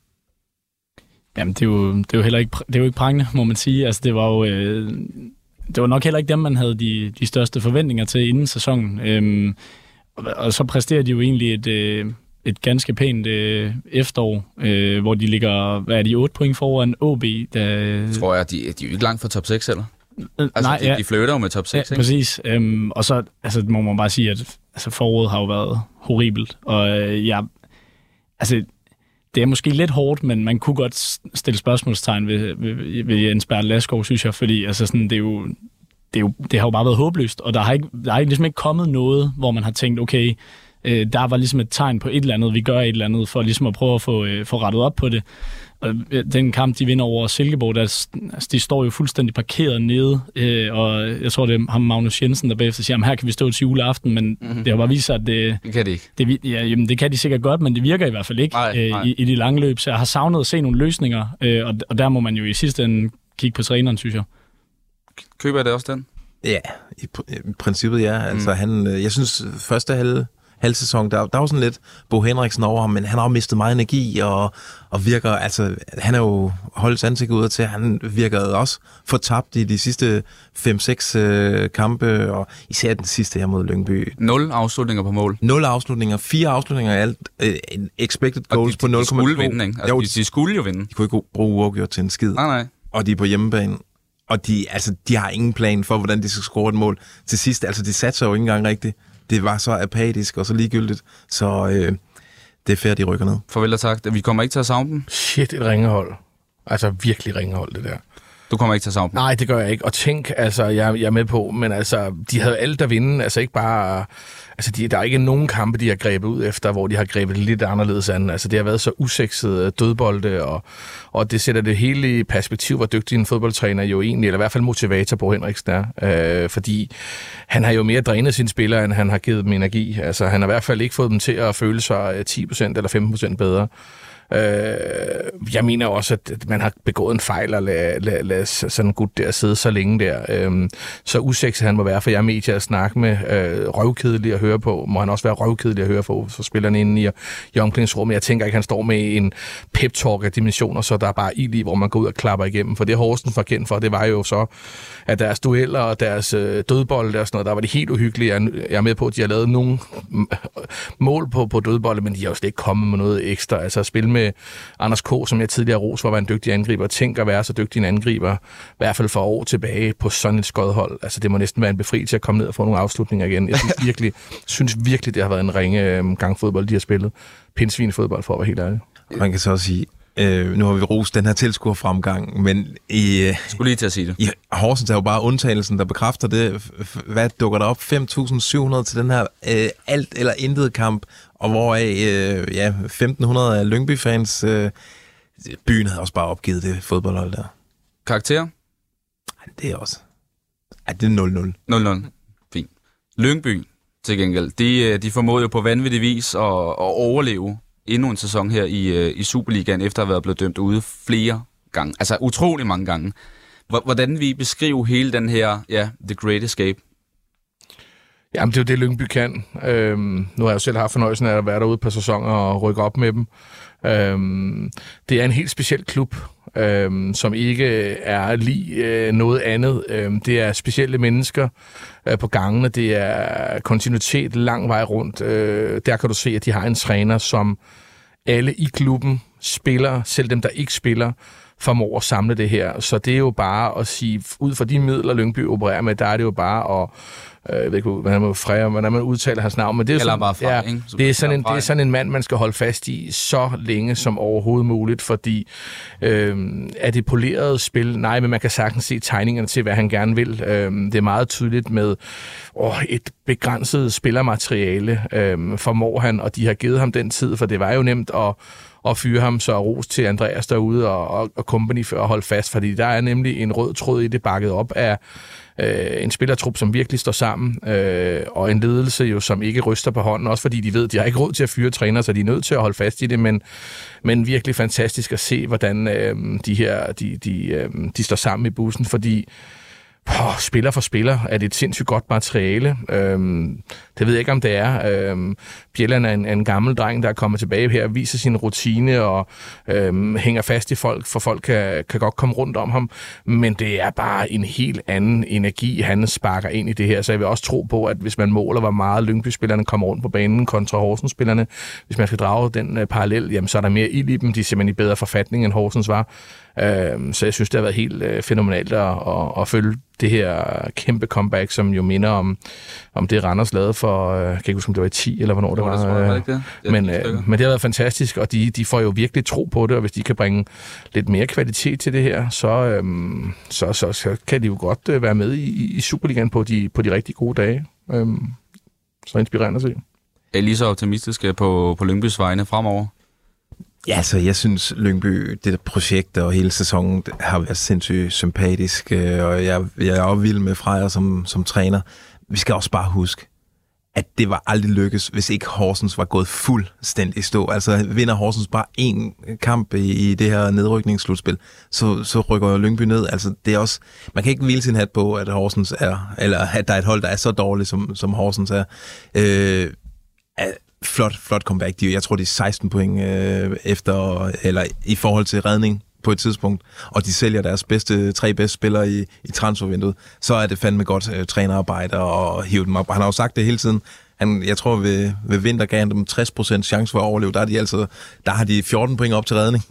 Jamen, det er jo, det er jo heller ikke, det er jo ikke prangende, må man sige. Altså, det var jo øh, det var nok heller ikke dem, man havde de, de største forventninger til inden sæsonen. Øhm, og, og så præsterer de jo egentlig et, øh, et ganske pænt øh, efterår, øh, hvor de ligger, hvad er de, otte point foran O B. Der, tror jeg, de, de er jo ikke langt fra top seks, eller? Altså, nej, de, ja. de flytter jo med top seks, ja, ikke? Præcis. Øhm, og så altså, må man bare sige, at altså, foråret har jo været horribelt. Og øh, ja, altså, det er måske lidt hårdt, men man kunne godt stille spørgsmålstegn ved, ved, ved Jens Bertel Laskov, synes jeg, fordi altså, sådan, det, er jo, det, er jo, det har jo bare været håbløst, og der har, ikke, der har ligesom ikke kommet noget, hvor man har tænkt, okay, øh, der var ligesom et tegn på et eller andet, vi gør et eller andet, for ligesom at prøve at få, øh, få rettet op på det. Og den kamp, de vinder over Silkeborg, der, altså, de står jo fuldstændig parkeret nede, øh, og jeg tror, det er ham Magnus Jensen, der bagefter siger, her kan vi stå til juleaften, men mm-hmm. det har bare vist sig, at det... Det kan de ikke. Det, ja, jamen, det kan de sikkert godt, men det virker i hvert fald ikke nej, øh, nej. I, i de lange løb, så jeg har savnet at se nogle løsninger, øh, og, og der må man jo i sidste ende kigge på træneren, synes jeg. Køber jeg det også, den? Ja, i, i princippet ja. Altså, mm. han, jeg synes, første halve halvsæson, der, der var sådan lidt Bo Henriksen over ham, men han har jo mistet meget energi, og, og virker, altså, han er jo holdt ansigt ud til, han virkede også fortabt i de sidste fem seks øh, kampe, og især den sidste her mod Lyngby. Nul afslutninger på mål. Nul afslutninger, fire afslutninger i alt, øh, expected goals de, på nul komma to. De skulle vinde, ikke? Altså, jo, de, de skulle jo vinde. De kunne ikke bruge uafgjort til en skid. Nej, nej. Og de er på hjemmebane. Og de, altså, de har ingen plan for, hvordan de skal score et mål til sidst. Altså, de satser jo ikke engang rigtigt. Det var så apatisk og så ligegyldigt, så øh, det er fair, de rykker ned. Farvel og tak. Vi kommer ikke til at savne dem. Shit, et ringehold. Altså virkelig ringehold, det der. Du kommer ikke til at savne dem? Nej, det gør jeg ikke. Og tænk, altså, jeg, jeg er med på, men altså, de havde alt at vinde. Altså ikke bare... Altså, de, der er ikke nogen kampe, de har grebet ud efter, hvor de har grebet lidt anderledes an. Altså, det har været så usekset dødbolde, og, og det sætter det hele i perspektiv, hvor dygtig en fodboldtræner jo egentlig, eller i hvert fald motivator Bo Henriksen er. Øh, fordi han har jo mere drænet sine spillere, end han har givet dem energi. Altså, han har i hvert fald ikke fået dem til at føle sig ti procent eller femten procent bedre. Øh, jeg mener også, at man har begået en fejl at lade, lade, lade sådan en gut der sidde så længe der. Øh, så usekset han må være, for jeg er med til at snakke med. Øh, røvkedelig at høre på. Må han også være røvkedelig at høre på for spillerne inde i, i omklædningsrummet. Jeg tænker ikke, han står med en pep-talk af dimensioner, så der er bare ild i, hvor man går ud og klapper igennem. For det Horsens var kendt for, det var jo så, at deres dueller og deres øh, dødbold og sådan noget, der var det helt uhyggelige. Jeg er med på, at de har lavet nogle mål på, på dødbolde, men de har jo slet ikke kommet med noget ekstra. Altså at spille med Anders K., som jeg tidligere ros for at være en dygtig angriber. Tænk at være så dygtig en angriber, i hvert fald for år tilbage på sådan et skodhold. Altså det må næsten være en befrielse at komme ned og få nogle afslutninger igen. Jeg synes virkelig, synes virkelig det har været en ringe øh, gang fodbold, de har spillet. Pindsvin fodbold, for at være helt ærlig. Man kan så også sige, øh, nu har vi rost den her tilskuerfremgang, men i, øh, skulle lige til at sige det. I Horsens er jo bare undtagelsen, der bekræfter det. Hvad dukker der op? fem tusind syv hundrede til den her øh, alt eller intet kamp, og hvoraf øh, ja, femten hundrede af Lyngby-fans. Øh, byen havde også bare opgivet det fodboldhold der. Karakter? Det er også. Ej, det er nul nul. nul nul. Fint. Lyngby, til gengæld, de, de formåede jo på vanvittig vis at, at overleve endnu en sæson her i, i Superligaen, efter at have været blevet dømt ude flere gange. Altså utrolig mange gange. Hvordan vi beskrive hele den her, ja, The Great Escape? Jamen, det er jo det, Lyngby kan. Øhm, nu har jeg jo selv haft fornøjelsen af at være derude på sæsoner og rykke op med dem. Øhm, det er en helt speciel klub, øhm, som ikke er lige øh, noget andet. Øhm, det er specielle mennesker øh, på gangene. Det er kontinuitet lang vej rundt. Øh, der kan du se, at de har en træner, som alle i klubben spiller, selv dem, der ikke spiller, formår at samle det her. Så det er jo bare at sige, ud fra de midler, Lyngby opererer med, der er det jo bare at jeg ved ikke, hvordan man, fræger, hvordan man udtaler hans navn, men det er, sådan, bare fra, ja, ikke? det, er sådan en, det er sådan en mand, man skal holde fast i så længe som overhovedet muligt, fordi øh, er det poleret spil? Nej, men man kan sagtens se tegningerne til, hvad han gerne vil. Øh, det er meget tydeligt med åh, et begrænset spillermateriale, øh, formår han, og de har givet ham den tid, for det var jo nemt at og fyre ham, så ros til Andreas derude og, og, og company for at holde fast, fordi der er nemlig en rød tråd i det, bakket op af øh, en spillertrup, som virkelig står sammen, øh, og en ledelse jo, som ikke ryster på hånden, også fordi de ved, de har ikke råd til at fyre træner, så de er nødt til at holde fast i det, men, men virkelig fantastisk at se, hvordan øh, de her, de, de, øh, de står sammen i bussen, fordi Oh, spiller for spiller er det et sindssygt godt materiale. Øhm, det ved jeg ikke, om det er. Øhm, Bjelland er en, en gammel dreng, der er kommet tilbage her, viser sin rutine og øhm, hænger fast i folk, for folk kan, kan godt komme rundt om ham. Men det er bare en helt anden energi, han sparker ind i det her. Så jeg vil også tro på, at hvis man måler, hvor meget Lyngby-spillerne kommer rundt på banen kontra Horsens-spillerne, hvis man skal drage den uh, parallel, jamen, så er der mere ild i dem. De er simpelthen i bedre forfatning, end Horsens var. Øhm, så jeg synes, det har været helt øh, fænomenalt at, at, at følge det her kæmpe comeback, som jo minder om, om det, Randers lavede for, øh, jeg kan ikke huske, om det var i ti, eller hvornår det var. Det var ikke det. Det men, øh, men det har været fantastisk, og de, de får jo virkelig tro på det, og hvis de kan bringe lidt mere kvalitet til det her, så, øhm, så, så, så kan de jo godt øh, være med i, i Superligaen på de, på de rigtig gode dage. Øhm, så inspirerende at se. Er I lige så optimistiske på, på Lyngbys vegne fremover? Ja, altså jeg synes, Lyngby, det der projekt og hele sæsonen har været sindssygt sympatisk, og jeg, jeg er også vild med Freja som, som træner. Vi skal også bare huske, at det var aldrig lykkes, hvis ikke Horsens var gået fuldstændig stå. Altså vinder Horsens bare én kamp i, i det her nedrykningsslutspil, så, så rykker Lyngby ned. Altså det er også, man kan ikke hvile sin hat på, at Horsens er, eller at der er et hold, der er så dårligt, som, som Horsens er. Øh, Flot, flot comeback. Jeg tror, det er seksten point øh, efter, eller i forhold til redning på et tidspunkt, og de sælger deres bedste, tre bedste spillere i, i transfervinduet, så er det fandme godt øh, trænerarbejde og hive dem op. Han har jo sagt det hele tiden. Han, jeg tror, ved, ved vinter gav han dem tres procent chance for at overleve. Der, er de altså, der har de fjorten point op til redning,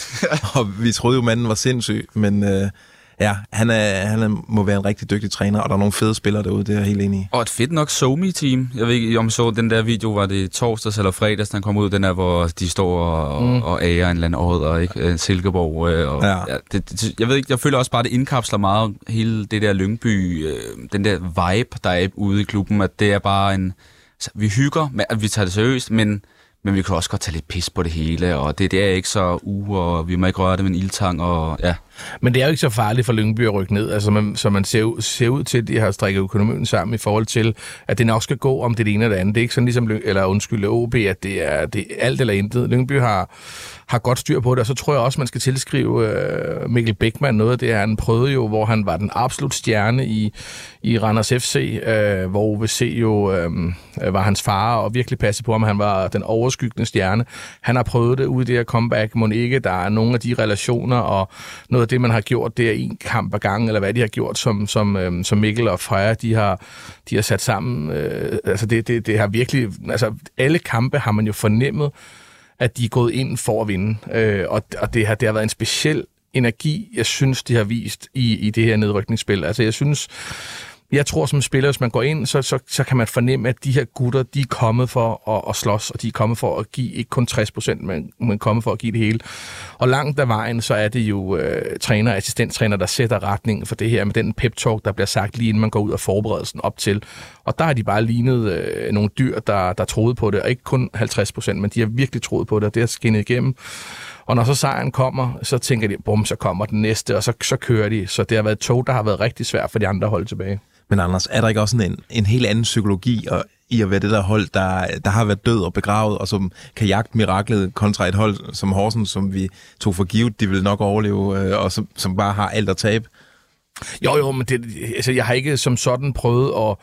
og vi troede jo, manden var sindssyg, men øh, ja, han, er, han er, må være en rigtig dygtig træner, og der er nogle fede spillere derude, det er jeg helt enig i. Og et fedt nok SoMe-team. Jeg ved ikke, om så den der video, var det torsdags eller fredags, den kom ud, den der, hvor de står og, mm. og ærer en eller anden året, ikke? Silkeborg. Og, ja. Ja, det, det, jeg ved ikke, jeg føler også bare, at det indkapsler meget hele det der Lyngby, øh, den der vibe, der er ude i klubben, at det er bare en... Altså, vi hygger, at vi tager det seriøst, men... Men vi kan også godt tage lidt pis på det hele, og det, det er ikke så u, og vi må ikke røre det med en ildtang, og ja. Men det er jo ikke så farligt for Lyngby at rykke ned, altså man, så man ser, ser ud til, at de har strikket økonomien sammen i forhold til, at det nok skal gå om det ene eller det andet. Det er ikke sådan ligesom, eller undskyld, O B, at det er, det er alt eller intet. Lyngby har, har godt styr på det, og så tror jeg også, man skal tilskrive uh, Mikkel Bækman noget af det, han prøvede jo, hvor han var den absolut stjerne i, i Randers F C, uh, hvor O V C jo um, var hans far, og virkelig passe på ham, han var den overskyggende stjerne. Han har prøvet det ude i det her comeback, må ikke, der er nogle af de relationer, og noget af det, man har gjort, det er en kamp ad gangen, eller hvad de har gjort, som, som, øhm, som Mikkel og Freja, de har, de har sat sammen. Øh, altså det, det, det har virkelig, altså alle kampe har man jo fornemmet, at de er gået ind for at vinde. Øh, og og det, har, det har været en speciel energi, jeg synes, de har vist i, i det her nedrykningsspil. Altså jeg synes, jeg tror som spiller, hvis man går ind, så, så, så kan man fornemme, at de her gutter, de er kommet for at, at slås, og de er kommet for at give ikke kun tres procent, men, men kommet for at give det hele. Og langt af vejen, så er det jo øh, træner og assistenttræner, der sætter retningen for det her, med den pep-talk, der bliver sagt lige inden man går ud af forberedelsen op til. Og der har de bare lignet øh, nogle dyr, der, der troede på det, og ikke kun halvtreds procent, men de har virkelig troet på det, og det har skinnet igennem. Og når så sejren kommer, så tænker de, bum, så kommer den næste, og så, så kører de. Så det har været et tog, der har været rigtig svært for de andre hold tilbage. Men Anders, er der ikke også en, en helt anden psykologi og, i at være det der hold, der, der har været død og begravet, og som kan jagte miraklet kontra et hold som Horsens, som vi tog for givet, de vil nok overleve, øh, og som, som bare har alt at tabe? Jo, jo, men det, altså, jeg har ikke som sådan prøvet at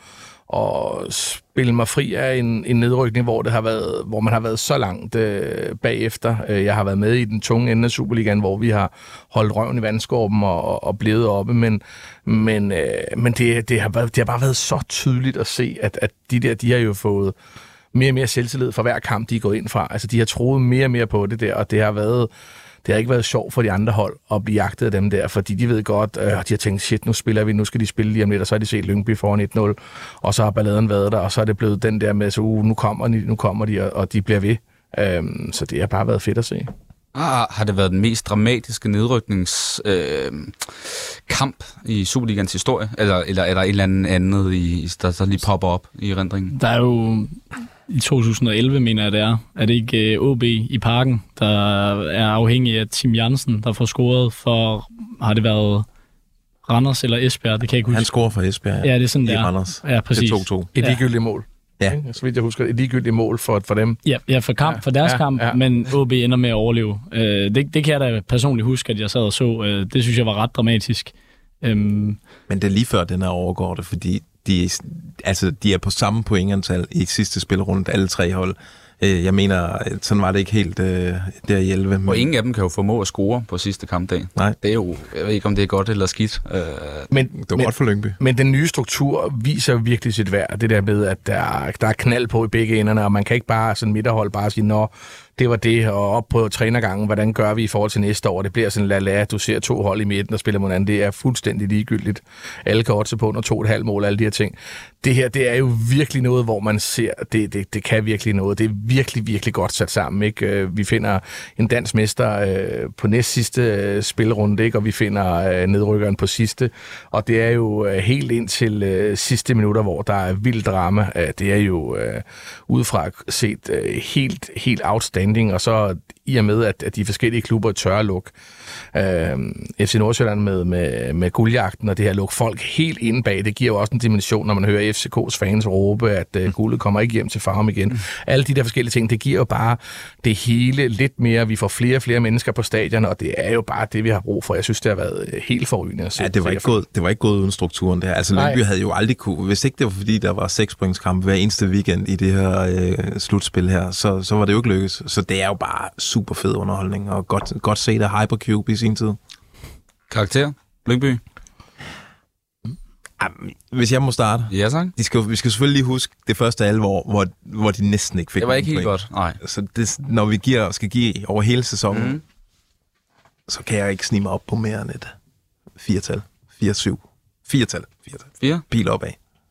og spille mig fri af en, en nedrykning, hvor, det har været, hvor man har været så langt øh, bagefter. Jeg har været med i den tunge ende af Superligaen, hvor vi har holdt røven i vandskorben og, og blevet oppe, men, men, øh, men det, det, har været, det har bare været så tydeligt at se, at, at de der, de har jo fået mere og mere selvtillid for hver kamp, de er gået ind fra. Altså, de har troet mere og mere på det der, og det har været... Det har ikke været sjovt for de andre hold at blive jagtet af dem der, fordi de ved godt, øh, de har tænkt, shit, nu spiller vi, nu skal de spille lige om lidt, og så har de set Lyngby foran et nul, og så har balladen været der, og så er det blevet den der med, så uh, nu kommer de, nu kommer de, og, og de bliver ved. Øhm, så det har bare været fedt at se. Ah, har det været den mest dramatiske nedrykningskamp øh, kamp i Superligans historie? Eller, eller er der et eller andet andet, i, der så lige popper op i erindringen? Der er jo i to tusind og elleve, mener jeg det er, er det ikke O B i Parken, der er afhængig af Tim Jansen, der får scoret for, har det været Randers eller Esbjerg? Det kan jeg ikke huske. Han scorer for Esbjerg, ja. Ja, det er sådan, i der. Randers. Ja, præcis. Det er to to. Et ligegyldigt mål. Ja. Så vidt jeg husker, et ligegyldigt mål for, for dem. Ja, ja, for, kamp, for deres ja, kamp, ja. Men O B ender med at overleve. Uh, det, det kan jeg da personligt huske, at jeg sad og så. Uh, det synes jeg var ret dramatisk. Um, Men det er lige før, den er overgår det, fordi de, altså, de er på samme pointantal i sidste spilrunde, alle tre hold. Jeg mener, sådan var det ikke helt øh, der i elleve. Men... Og ingen af dem kan jo formå at score på sidste kampdag. Nej. Det er jo, jeg ved ikke, om det er godt eller skidt. Uh... Men, det var men, godt for Lyngby. Men den nye struktur viser virkelig sit værd. Det der med, at der, der er knald på i begge enderne, og man kan ikke bare sådan midterhold bare sige, nå, det var det, og op på trænergangen, hvordan gør vi i forhold til næste år? Det bliver sådan la-la, du ser to hold i midten, der spiller mod hinanden. Det er fuldstændig ligegyldigt. Alle kan oddse på under to og et halvt mål, alle de her ting. Det her, det er jo virkelig noget, hvor man ser, det, det, det kan virkelig noget. Det er virkelig, virkelig godt sat sammen, ikke? Vi finder en dansk mester øh, på næst sidste øh, spilrunde, ikke? Og vi finder øh, nedrykkeren på sidste. Og det er jo øh, helt ind til øh, sidste minutter, hvor der er vild drama. Øh, det er jo øh, udefra set øh, helt, helt outstanding. Og så i og med, at, at de forskellige klubber tør at lukke øh, F C Nordsjælland med, med, med guldjagten, og det her lukke folk helt inde bag, det giver jo også en dimension, når man hører F C K's fans råbe, at øh, guldet kommer ikke hjem til Farum igen. Mm. Alle de der forskellige ting, det giver jo bare det hele lidt mere. Vi får flere og flere mennesker på stadion, og det er jo bare det, vi har brug for. Jeg synes, det har været helt forrygende at se. Ja, det var, ikke gået, det var ikke gået uden strukturen der. Altså, Lyngby havde jo aldrig kunne, hvis ikke det var fordi, der var seks pointskamp hver eneste weekend i det her øh, slutspil her, så, så var det jo ikke lykkes. Så det er jo bare super fed underholdning, og godt, godt set af Hypercube i sin tid. Karakter? Lyngby? Hvis jeg må starte. Ja, tak. De skal, vi skal selvfølgelig lige huske det første alvor, hvor, hvor de næsten ikke fik. Det var ikke helt point. godt, nej. Så det, når vi giver, skal give over hele sæsonen, mm. så kan jeg ikke snige mig op på mere end et firetal. Fire, syv. Firetal. Firetal. Fire? Pil opad.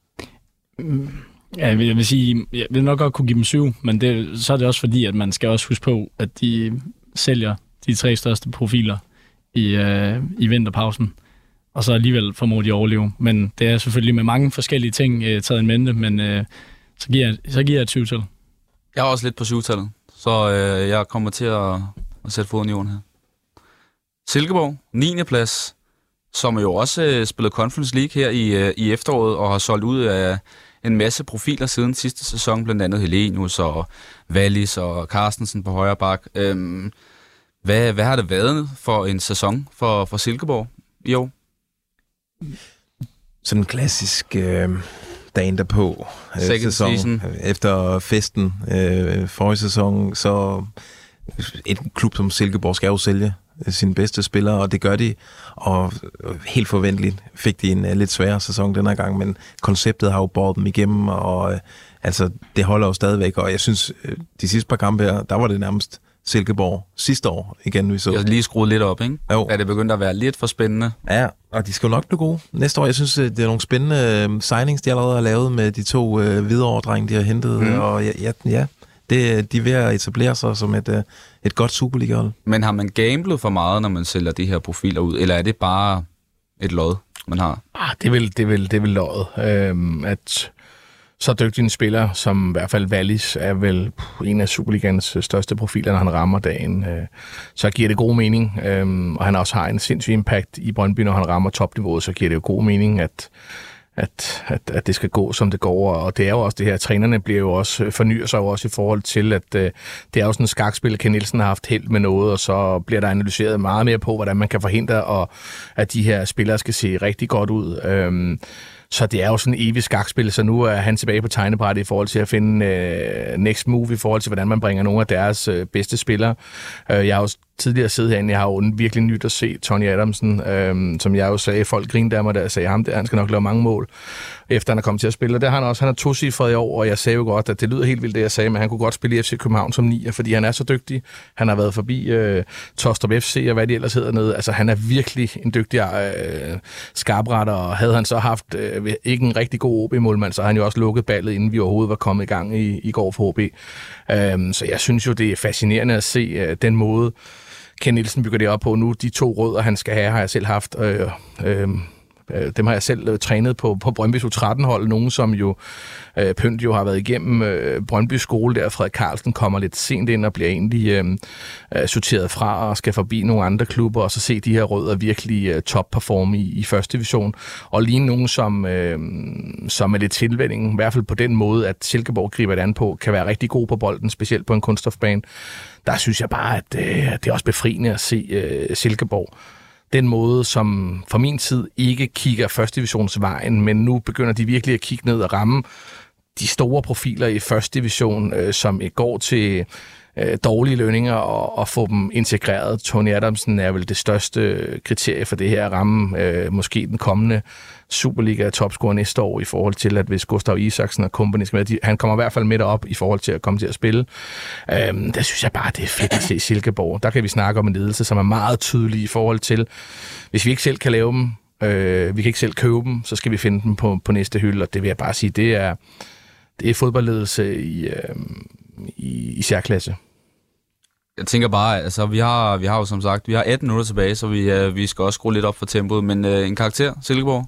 Ja, jeg vil, jeg vil sige, jeg vil nok godt kunne give dem syv, men det, så er det også fordi, at man skal også huske på, at de sælger de tre største profiler i, øh, i vinterpausen, og så alligevel formår de at overleve. Men det er selvfølgelig med mange forskellige ting øh, taget en mente, men øh, så, giver jeg, så giver jeg et syvtal. Jeg er også lidt på syvtallet, så øh, jeg kommer til at, at sætte foden i jorden her. Silkeborg, niende plads, som jo også øh, spillet Conference League her i, øh, i efteråret, og har solgt ud af en masse profiler siden sidste sæson, blandt andet Helenius og Wallis og Carstensen på højre bak. Øhm, hvad, hvad har det været for en sæson for, for Silkeborg i år? Sådan en klassisk øh, dagen derpå øh, sæson. Season. Efter festen øh, forrige sæson, så et klub som Silkeborg skal jo sælge sine bedste spillere, og det gør de, og helt forventeligt fik de en uh, lidt sværere sæson den her gang, men konceptet har jo båret dem igennem, og uh, altså, det holder jo stadigvæk, og jeg synes, uh, de sidste par kampe her, der var det nærmest Silkeborg sidste år igen, vi så. Jeg har lige skruet lidt op, ikke? Jo. Er det begyndt at være lidt for spændende? Ja, og de skal jo nok blive gode næste år. Jeg synes, det er nogle spændende uh, signings, de allerede har lavet med de to uh, Hvidovre-drenge, de har hentet, mm. og ja, ja, ja. Det, de er ved at etablere sig som et, et godt Superliga-hold. Men har man gamblet for meget, når man sælger de her profiler ud, eller er det bare et lod, man har? Ah, det er vel, det er vel, det er vel løjet. Øhm, at så dygtig en spiller, som i hvert fald Wallis, er vel en af Superligans største profiler, når han rammer dagen. Øh, så giver det god mening, øhm, og han også har en sindssyg impact i Brøndby, når han rammer topniveauet, så giver det jo god mening, at At, at, at det skal gå, som det går, og det er jo også det her, trænerne bliver jo også, fornyer sig jo også i forhold til, at uh, det er jo sådan en skakspil, Ken Nielsen har haft held med noget, og så bliver der analyseret meget mere på, hvordan man kan forhindre, og at de her spillere skal se rigtig godt ud. Um, Så det er jo sådan en evig skakspil, så nu er han tilbage på tegnebrættet i forhold til at finde øh, next move, i forhold til, hvordan man bringer nogle af deres øh, bedste spillere. Øh, jeg har jo tidligere siddet herinde, jeg har jo virkelig nyt at se Tony Adamson, øh, som jeg jo sagde, folk grinede af mig, da jeg sagde ham, der, han skal nok lave mange mål, efter han er kommet til at spille. Og det har han også, han er tocifret i år, og jeg sagde jo godt, at det lyder helt vildt, det jeg sagde, men han kunne godt spille i F C København som nier, fordi han er så dygtig. Han har været forbi øh, Tostrup F C og hvad de ellers hedder nede. Altså, han er virkelig en dygtig øh, skarpretter, og havde han så haft øh, ikke en rigtig god O B-målmand, så har han jo også lukket ballet, inden vi overhovedet var kommet i gang i, i går for O B. Øh, så jeg synes jo, det er fascinerende at se øh, den måde, Ken Nielsen bygger det op på nu. De to rødder, han skal have, har jeg selv haft. Øh, øh, Dem har jeg selv øh, trænet på, på Brøndbys U tretten-hold. Nogen, som jo øh, Pynt jo har været igennem øh, Brøndbys skole der. Frederik Carlsen kommer lidt sent ind og bliver egentlig øh, øh, sorteret fra og skal forbi nogle andre klubber og så se de her rødder virkelig øh, top-performe i, i første division. Og lige nogen, som, øh, som er lidt tilvænning, i hvert fald på den måde, at Silkeborg griber det an på, kan være rigtig god på bolden, specielt på en kunststofbane. Der synes jeg bare, at øh, det er også befriende at se øh, Silkeborg. Den måde, som for min tid ikke kigger første divisionsvejen, men nu begynder de virkelig at kigge ned og ramme de store profiler i første division, øh, som går til øh, dårlige lønninger og, og få dem integreret. Tony Adamsen er vel det største kriterie for det her at ramme øh, måske den kommende Superliga-topscorer næste år i forhold til, at hvis Gustav Isaksen og company skal med, de, han kommer i hvert fald med op i forhold til at komme til at spille. Øhm, der synes jeg bare, det er fedt at se Silkeborg. Der kan vi snakke om en ledelse, som er meget tydelig i forhold til, hvis vi ikke selv kan lave dem, øh, vi kan ikke selv købe dem, så skal vi finde dem på, på næste hylde, og det vil jeg bare sige, det er, det er fodboldledelse i, øh, i, i særklasse. Jeg tænker bare, altså vi har, vi har jo som sagt, vi har atten minutter tilbage, så vi, øh, vi skal også skrue lidt op for tempoet, men øh, en karakter, Silkeborg?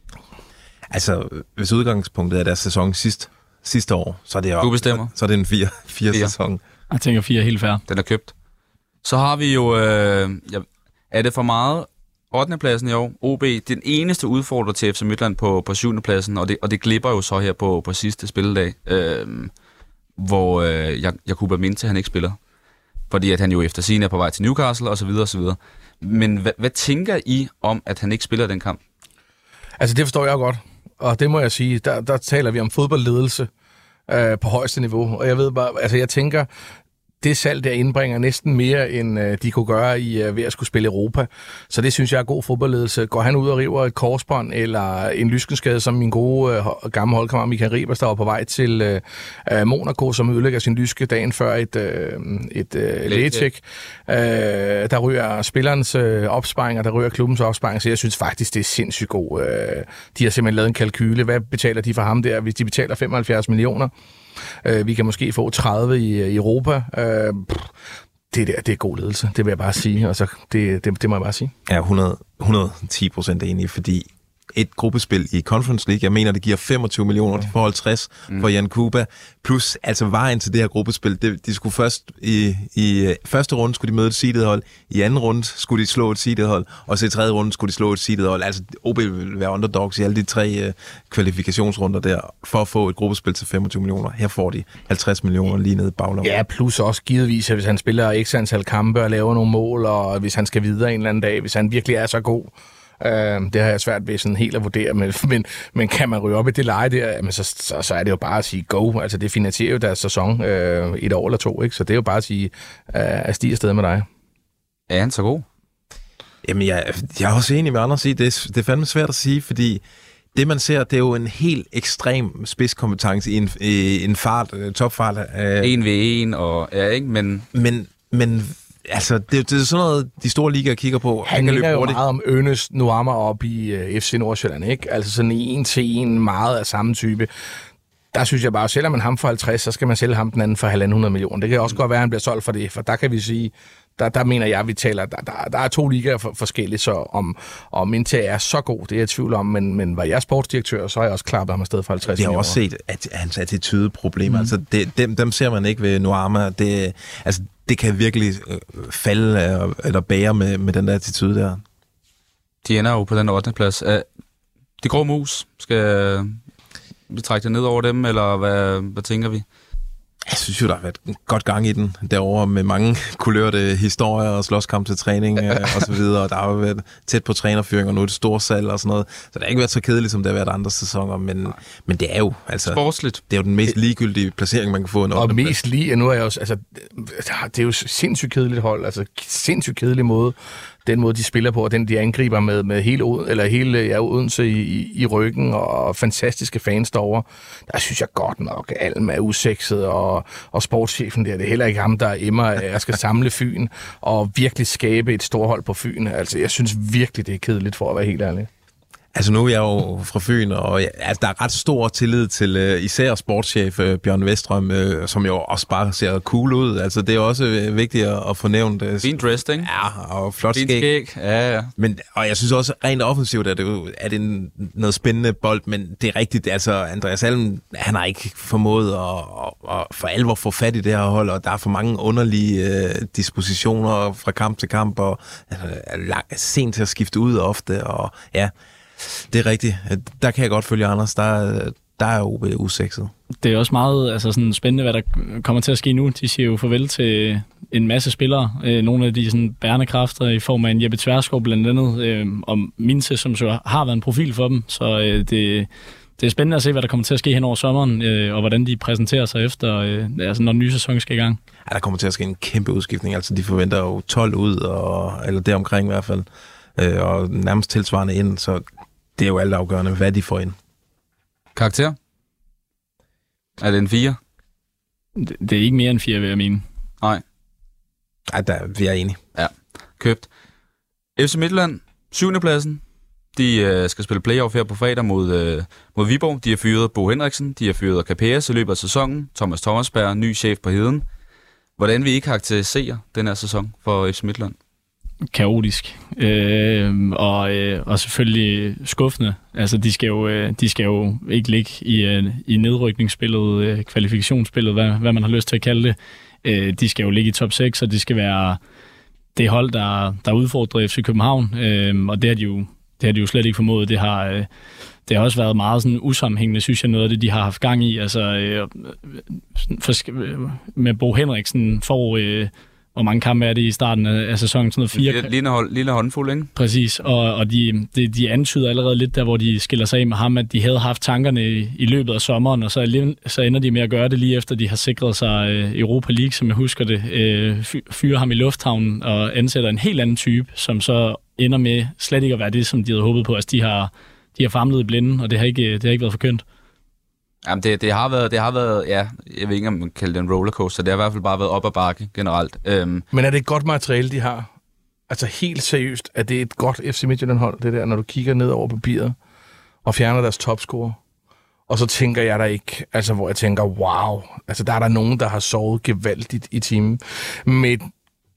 Altså, hvis udgangspunktet er deres sæson sidst, sidste år, så er det jo... Du bestemmer. Så er det en fire, fire, fire. sæson. Jeg tænker fire helt fair. Den er købt. Så har vi jo... Øh, ja, er det for meget? ottende pladsen i år, O B, den eneste udfordrer til F C Midtjylland på, på syvende pladsen, og det, og det glipper jo så her på, på sidste spilledag, øh, hvor øh, Jakuba Minte, han ikke spiller. Fordi at han jo efter sin er på vej til Newcastle, og så videre, og så videre. Men hvad, hvad tænker I om, at han ikke spiller den kamp? Altså, det forstår jeg godt. Og det må jeg sige, der, der taler vi om fodboldledelse øh, på højeste niveau. Og jeg ved bare, altså jeg tænker, det salg der indbringer næsten mere, end øh, de kunne gøre i øh, ved at skulle spille Europa. Så det synes jeg er god fodboldledelse. Går han ud og river et korsbånd eller en lyskenskade, som min gode øh, gamle holdkammerat Michael Ribers, der var på vej til øh, Monaco, som ødelægger sin lyske dagen før et, øh, et øh, lægetjek. Øh, der ryger spillerens øh, opsparing, og der ryger klubbens opsparing, så jeg synes faktisk, det er sindssygt god. Øh, de har simpelthen lavet en kalkyle. Hvad betaler de for ham der, hvis de betaler femoghalvfjerds millioner? Vi kan måske få tredive i, i Europa. Det der, det er god ledelse, det vil jeg bare sige. Og så, det, det, det må jeg bare sige. Ja, hundrede, hundrede og ti procent enig, fordi et gruppespil i Conference League, jeg mener, det giver femogtyve millioner til for halvtreds mm. for Jan Kuba, plus altså vejen til det her gruppespil, det, de skulle først i, i første runde skulle de møde et seedet hold, i anden runde skulle de slå et seedet hold, og så i tredje runde skulle de slå et seedet hold. Altså O B vil være underdogs i alle de tre uh, kvalifikationsrunder der, for at få et gruppespil til femogtyve millioner. Her får de halvtreds millioner lige nede i baglommen. Ja, plus også givetvis, at hvis han spiller x antal kampe og laver nogle mål, og hvis han skal videre en eller anden dag, hvis han virkelig er så god. Uh, det har jeg svært ved sådan helt at vurdere, men, men, men kan man ryge op i det leje der, jamen så, så, så er det jo bare at sige go. Altså det finansierer jo deres sæson uh, et år eller to, ikke? Så det er jo bare at sige, uh, at stige afsted med dig. Er han så god? Jamen jeg, jeg er også enig med andre at sige, det er, det er fandme svært at sige, fordi det man ser, det er jo en helt ekstrem spidskompetence i en, i en fart, topfart. Uh, en ved en, og ja, ikke? Men... Men, men altså, det, det er sådan noget, de store ligaer kigger på. Han ligger jo meget om Ernest Nuama op i uh, F C Nordsjælland, ikke? Altså sådan en til en, meget af samme type. Der synes jeg bare, selvom man ham for halvtreds, så skal man sælge ham den anden for halvanden hundrede millioner. Det kan også godt være, at han bliver solgt for det, for der kan vi sige, der, der mener jeg, vi taler, der, der, der er to ligaer for, forskellige, så om, om Minte er så god, det er jeg i tvivl om, men, men var jeg sportsdirektør, så har jeg også klappet ham afsted for halvtreds millioner. Jeg har også set, at hans attitudeproblemer, mm. altså det, dem, dem ser man ikke ved Nuama. Det, altså, det kan virkelig øh, falde øh, eller bære med, med den der attitude der. De ender jo på den ottende plads. Uh, de grå mus, skal vi trække det ned over dem, eller hvad, hvad tænker vi? Jeg synes jo, der har været godt gang i den derovre med mange kulørte historier og slåskamp til træning øh, og så videre. Og der har jo været tæt på trænerføring og nu et stort salg og sådan noget. Så det har ikke været så kedeligt, som det har været andre sæsoner. Men, men det er jo altså... Sportsligt. Det er jo den mest ligegyldige placering, man kan få en Og mest lige, nu er jeg også... Altså, det er jo sindssygt kedeligt hold. Altså, sindssygt kedelig måde. Den måde, de spiller på, og den, de angriber med, med hele, eller hele ja, Odense i, i, i ryggen, og fantastiske fans derovre. Der synes jeg godt nok, at Alm er usekset, og, og sportschefen der, det er heller ikke ham, der emmer, jeg skal samle Fyn, og virkelig skabe et storhold på Fyn. Altså, jeg synes virkelig, det er kedeligt, for at være helt ærlig. Altså nu er jeg jo fra Fyn, og ja, altså, der er ret stor tillid til uh, især sportschef uh, Bjørn Vestrøm, uh, som jo også bare ser cool ud. Altså det er også uh, vigtigt at, at få nævnt. Uh, Fint dressed, ikke? Ja, og flot Fint skæg. skæg. Ja, ja. Men, og jeg synes også, rent offensivt er det jo er det en, noget spændende bold, men det er rigtigt. Altså Andreas Alm, han har ikke formået at, at, at for alvor få fat i det her hold, og der er for mange underlige uh, dispositioner fra kamp til kamp, og altså, er langt, sent til at skifte ud ofte, og ja... Det er rigtigt. Der kan jeg godt følge Anders. Der, der er O B usekset. Det er også meget altså sådan spændende, hvad der kommer til at ske nu. De siger jo farvel til en masse spillere. Nogle af de sådan bærende kræfter i form af en Jeppe Tverskov blandt andet, og Mintze, som så har været en profil for dem. Så det, det er spændende at se, hvad der kommer til at ske hen over sommeren, og hvordan de præsenterer sig efter, altså når den nye sæson skal i gang. Ja, der kommer til at ske en kæmpe udskiftning. Altså, de forventer jo tolv ud, og, eller deromkring i hvert fald, og nærmest tilsvarende ind, så det er jo alt afgørende, hvad de får ind. Karakter? Er det en fire? Det, det er ikke mere end fire, vil jeg mene. Nej. Ej, der vi er enige. Ja, købt. F C Midtjylland, syvende pladsen. De øh, skal spille playoff her på fredag mod, øh, mod Viborg. De har fyret Bo Henriksen, de har fyret Capes i løbet af sæsonen. Thomas Thomasberg, ny chef på Heden. Hvordan vil I karakterisere den her sæson for F C Midtjylland? Kaotisk. Øh, og, øh, og selvfølgelig skuffende. Altså, de skal jo, øh, de skal jo ikke ligge i, øh, i nedrykningsspillet, øh, kvalifikationsspillet, hvad, hvad man har lyst til at kalde det. Øh, de skal jo ligge i top seks, og det skal være det hold, der, der udfordrer F C København. Øh, og det har de jo det har de jo slet ikke formået. Det har, øh, det har også været meget sådan usammenhængende, synes jeg, noget af det, de har haft gang i. Altså, øh, for, med Bo Henriksen får... Øh, hvor mange kampe er det i starten af sæsonen? Sådan noget fire... Lille, lille, hold, lille håndfuld, ikke? Præcis, og, og de, de, de antyder allerede lidt der, hvor de skiller sig af med ham, at de havde haft tankerne i, i løbet af sommeren, og så, så ender de med at gøre det lige efter, de har sikret sig øh, Europa League, som jeg husker det, øh, fyrer ham i lufthavnen og ansætter en helt anden type, som så ender med slet ikke at være det, som de havde håbet på. Altså, de har, de har famlet i blinden, og det har ikke, det har ikke været for kønt. Jamen, det, det, har været, det har været, ja, jeg ved ikke, om man kalder det en rollercoaster. Det har i hvert fald bare været op ad bakke generelt. Øhm. Men er det et godt materiale, de har? Altså helt seriøst, er det et godt F C Midtjylland-hold, det der, når du kigger ned over papiret og fjerner deres topscorer? Og så tænker jeg der ikke, altså hvor jeg tænker, wow, altså der er der nogen, der har sovet gevaldigt i timen. Med et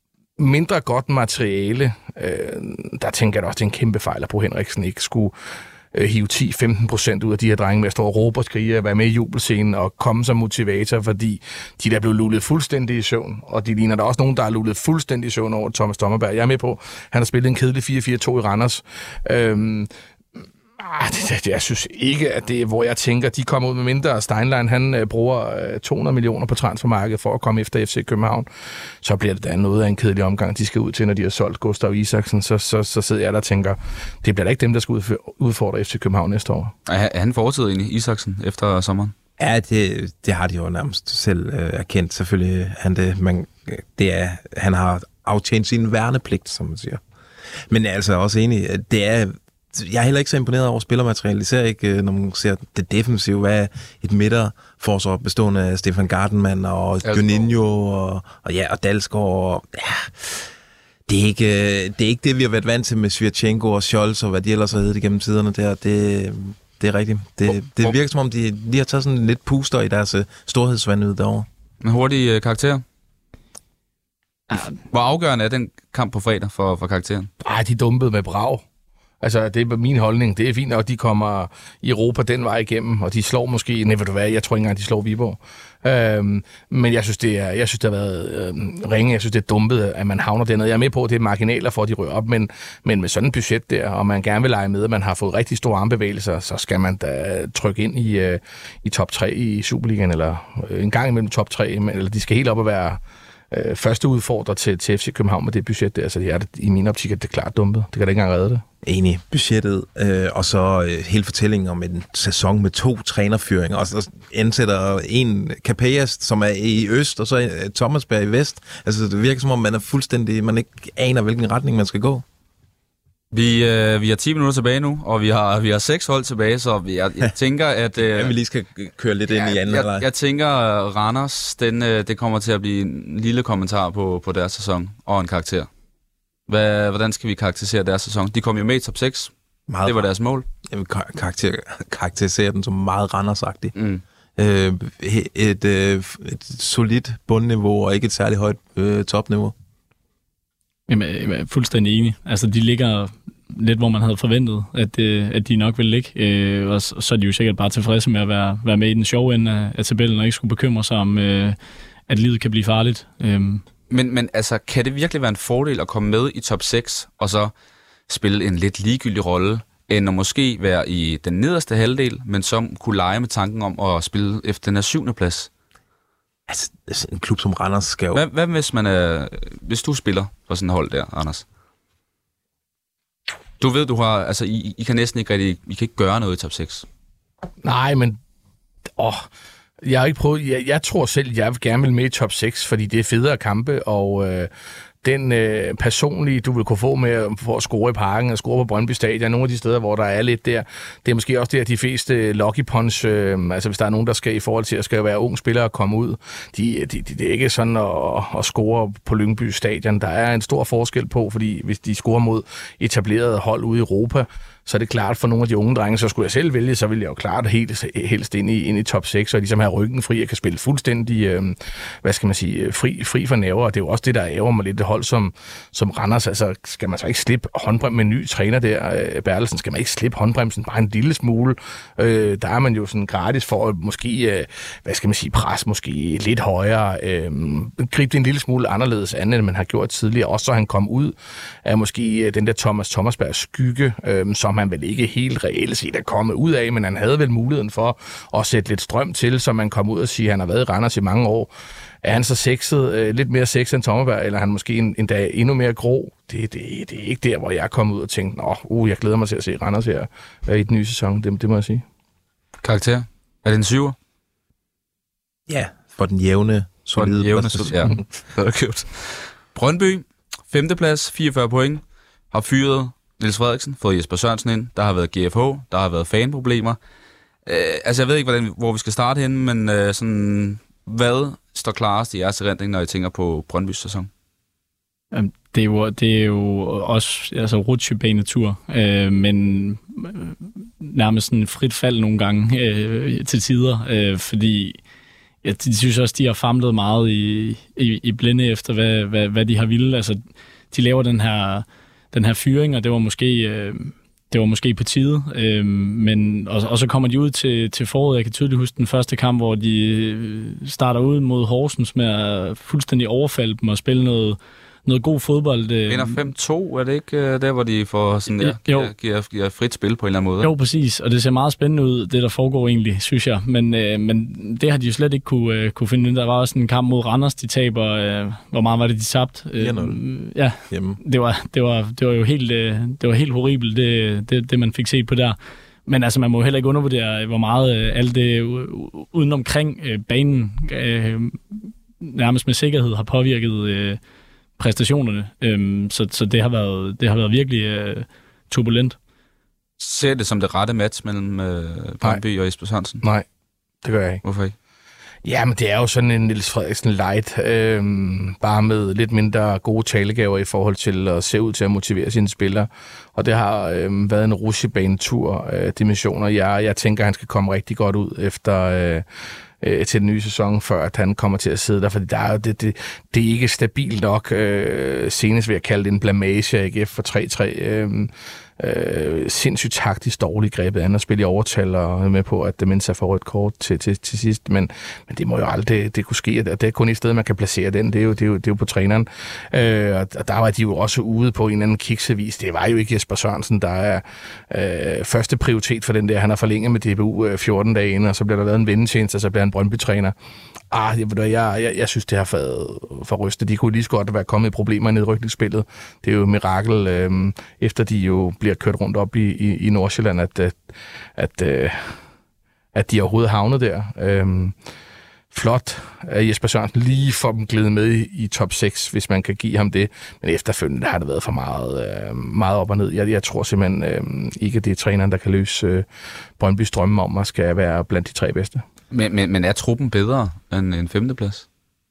mindre godt materiale, øh, der tænker jeg da også, det er en kæmpe fejl, at Bo Henriksen ikke skulle... hive ti til femten procent ud af de her drenge med at stå og råbe og skrige og være med i jubelscenen og komme som motivator, fordi de der blev lullet fuldstændig i søvn, og de ligner der også nogen, der er lullet fuldstændig i søvn over Thomas Thomasberg. Jeg er med på, han har spillet en kedelig fire fire to i Randers. Øhm, det, det, jeg synes ikke, at det er, hvor jeg tænker, de kommer ud med mindre. Steinlein, han øh, bruger øh, to hundrede millioner på transfermarkedet for at komme efter F C København. Så bliver det da noget af en kedelig omgang, de skal ud til, når de har solgt Gustav Isaksen. Så, så, så sidder jeg der og tænker, det bliver da ikke dem, der skal udfordre F C København næste år. Er han fortid egentlig, Isaksen, efter sommeren? Ja, det, det har de jo nærmest selv øh, erkendt. Selvfølgelig, han, det, man, det er, han har aftjent sin værnepligt, som man siger. Men jeg er altså også enig, det er... Jeg er heller ikke så imponeret over spillermaterialet. Især ikke, når man ser det defensive. Hvad er et midterforsvar bestående af Stefan Gardenman og Juninho og, og, ja, og Dalsgaard. Og, ja, det, er ikke, det er ikke det, vi har været vant til med Svirchenko og Scholz og hvad de ellers har heddet igennem tiderne der. Det, det er rigtigt. Det, det virker som om, de lige har taget sådan lidt puster i deres storhedsvanvid derovre. En hurtig uh, karakter? Hvor afgørende er den kamp på fredag for, for karakteren? Ej, de dumpede med brag. Altså, det er min holdning. Det er fint, at de kommer i Europa den vej igennem, og de slår måske... Nej, ved du hvad, jeg tror ikke engang, de slår Viborg. Øhm, men jeg synes, det er, jeg synes, det har været øh, ringe. Jeg synes, det er dumpet, at man havner dernede. Jeg er med på, at det er marginaler for, at de rører op, men, men med sådan et budget der, og man gerne vil lege med, at man har fået rigtig store armbevægelser, så skal man da trykke ind i, øh, i top tre i Superligaen, eller øh, en gang imellem top tre, eller de skal helt op og være øh, første udfordrer til, til F C København med det budget der. Så det er det, i min optik, at det er klart dumpet. Det kan da ikke engang redde det. Enig. Budgettet, øh, og så øh, hele fortællingen om en sæson med to trænerfyringer, og så indsætter en Capellas, som er i øst, og så øh, Thomasberg i vest. Altså, det virker som om, man er fuldstændig, man ikke aner, hvilken retning man skal gå. Vi, øh, vi har ti minutter tilbage nu, og vi har, vi har seks hold tilbage, så vi, jeg, jeg tænker, at... Øh, ja, vi lige skal køre lidt ja, ind i anden jeg, halvleg. jeg tænker, at Randers, den, øh, det kommer til at blive en lille kommentar på, på deres sæson, og en karakter. Hvad, hvordan skal vi karakterisere deres sæson? De kom jo med i top seks. Meget det var deres mål. Jeg vil karakter, karakterisere den som meget randersagtig. Mm. Øh, et, et, et solidt bundniveau, og ikke et særligt højt øh, topniveau. Jamen, jeg er fuldstændig enig. Altså, de ligger lidt, hvor man havde forventet, at, at de nok ville ligge. Øh, og så er de jo sikkert bare tilfredse med at være, være med i den sjove ende af, af tabellen, og ikke skulle bekymre sig om, øh, at livet kan blive farligt. Øh. Men, men altså, kan det virkelig være en fordel at komme med i top seks, og så spille en lidt ligegyldig rolle, end at måske være i den nederste halvdel, men så kunne lege med tanken om at spille efter den her syvende plads? Altså, en klub som Randers skal jo... Hvad, hvad hvis, man er, hvis du spiller for sådan et hold der, Anders? Du ved, du har... Altså, I, I kan næsten ikke rigtig... I kan ikke gøre noget i top seks. Nej, men... Åh... Jeg har ikke prøvet, jeg, jeg tror selv, jeg vil gerne vil med i top seks, fordi det er federe kampe, og øh, den øh, personlige, du vil kunne få med for at score i Parken og score på Brøndby Stadion, nogle af de steder, hvor der er lidt der, det er måske også der, de fleste lucky punch, øh, altså hvis der er nogen, der skal i forhold til at skal være ung spiller og komme ud, de, de, de, det er ikke sådan at, at score på Lyngby Stadion. Der er en stor forskel på, fordi hvis de scorer mod etablerede hold ude i Europa, så er det klart for nogle af de unge drenge, så skulle jeg selv vælge, så ville jeg jo klart helt, helst ind i, ind i top seks, og ligesom have ryggen fri, jeg kan spille fuldstændig, øh, hvad skal man sige, fri, fri for nerver, og det er jo også det, der ærger mig lidt, det hold som, som Randers, altså skal man så ikke slippe håndbremsen med en ny træner der, øh, Bertelsen, skal man ikke slippe håndbremsen bare en lille smule, øh, der er man jo sådan gratis for at måske, øh, hvad skal man sige, pres måske lidt højere, øh, gribe det en lille smule anderledes andet, end man har gjort tidligere, også så han kom ud af måske øh, den der Thomas Thomasbergs skygge, øh, som han vel ikke helt reelt set er kommet ud af, men han havde vel muligheden for at sætte lidt strøm til, så man kom ud og sige, at han har været i Randers i mange år. Er han så sexet, øh, lidt mere sexet end Thomasberg, eller er han måske en, endda endnu mere grå? Det, det, det er ikke der, hvor jeg kom ud og tænkte, nå, uh, jeg glæder mig til at se Randers her øh, i den nye sæson. Det, det må jeg sige. Karakter? Er det en syver? Ja, for den jævne, solide. For den jævne, solide, ja. Det er købt. Brøndby, femteplads, fireogfyrre point, har fyret Niels Frederiksen, fået Jesper Sørensen ind, der har været G F H, der har været fanproblemer. Øh, altså, jeg ved ikke, hvordan, hvor vi skal starte henne, men øh, sådan, hvad står klarest i jeres erindring, når I tænker på Brøndbys sæson? Jamen, det, er jo, det er jo også altså, rutsjebanetur, øh, men nærmest sådan frit fald nogle gange øh, til tider, øh, fordi jeg de synes også, de har famlet meget i, i, i blinde efter, hvad, hvad, hvad de har ville. Altså, de laver den her den her fyring, og det var måske, øh, det var måske på tide. Øh, men, og, og så kommer de ud til, til foråret. Jeg kan tydeligt huske den første kamp, hvor de starter ud mod Horsens med at fuldstændig overfalde dem og spille noget, noget god fodbold. Vinder fem to, er det ikke uh, der, hvor de får sådan, ja, giver, giver, giver frit spil på en eller anden måde? Jo, præcis. Og det ser meget spændende ud, det der foregår egentlig, synes jeg. Men, øh, men det har de jo slet ikke kunne, øh, kunne finde. Der var også en kamp mod Randers, de taber. Øh, hvor meget var det, de tabte? Øh, ja, Hjemme. det var, det, var, det var jo helt, øh, det var helt horribelt, det, det, det man fik set på der. Men altså, man må heller ikke undervurdere, hvor meget øh, alt det uden omkring øh, banen øh, nærmest med sikkerhed har påvirket øh, præstationerne. Øhm, så så det, har været, det har været virkelig øh, turbulent. Ser det som det rette match mellem øh, Brøndby og Jesper Sørensen? Nej, det gør jeg ikke. Hvorfor ikke? Jamen, det er jo sådan en Niels Frederiksen light, øh, bare med lidt mindre gode talegaver i forhold til at se ud til at motivere sine spillere. Og det har øh, været en rutsjebanetur øh, dimensioner. Jeg, jeg tænker, han skal komme rigtig godt ud efter... Øh, til den nye sæson, før at han kommer til at sidde der, fordi der er, det, det, det er ikke stabilt nok. Øh, senest vil jeg kalde det en blamage af A G F for tre tre. Øh, øh, sindssygt taktisk dårligt grebet an og spille i overtal og med på, at Mensa får rødt kort til, til, til sidst. Men, men det må jo aldrig det kunne ske, og det er kun et sted, man kan placere den. Det er jo, det er jo, det er jo på træneren. Øh, og der var de jo også ude på en eller anden kiksevis. Det var jo ikke Jesper Sørensen, der er øh, første prioritet for den der. Han har forlænget med D B U øh, fjorten dage inden, og så bliver der lavet en vendetjeneste, og så bliver han Brøndby-træner. Ah, jeg, jeg, jeg, jeg synes, det har været for rystet. De kunne lige så godt være kommet i problemer i nedrykningsspillet. Det er jo et mirakel, øh, efter de jo bliver kørt rundt op i, i, i Nordsjælland, at, at, at, øh, at de overhovedet havnet der. Øh, flot at Jesper Sørensen lige får dem glæde med i, i top seks, hvis man kan give ham det. Men efterfølgende har det været for meget, øh, meget op og ned. Jeg, jeg tror simpelthen øh, ikke, at det er træneren, der kan løse øh, Brøndbys drømme om at skal være blandt de tre bedste. Men, men, men er truppen bedre end en femteplads?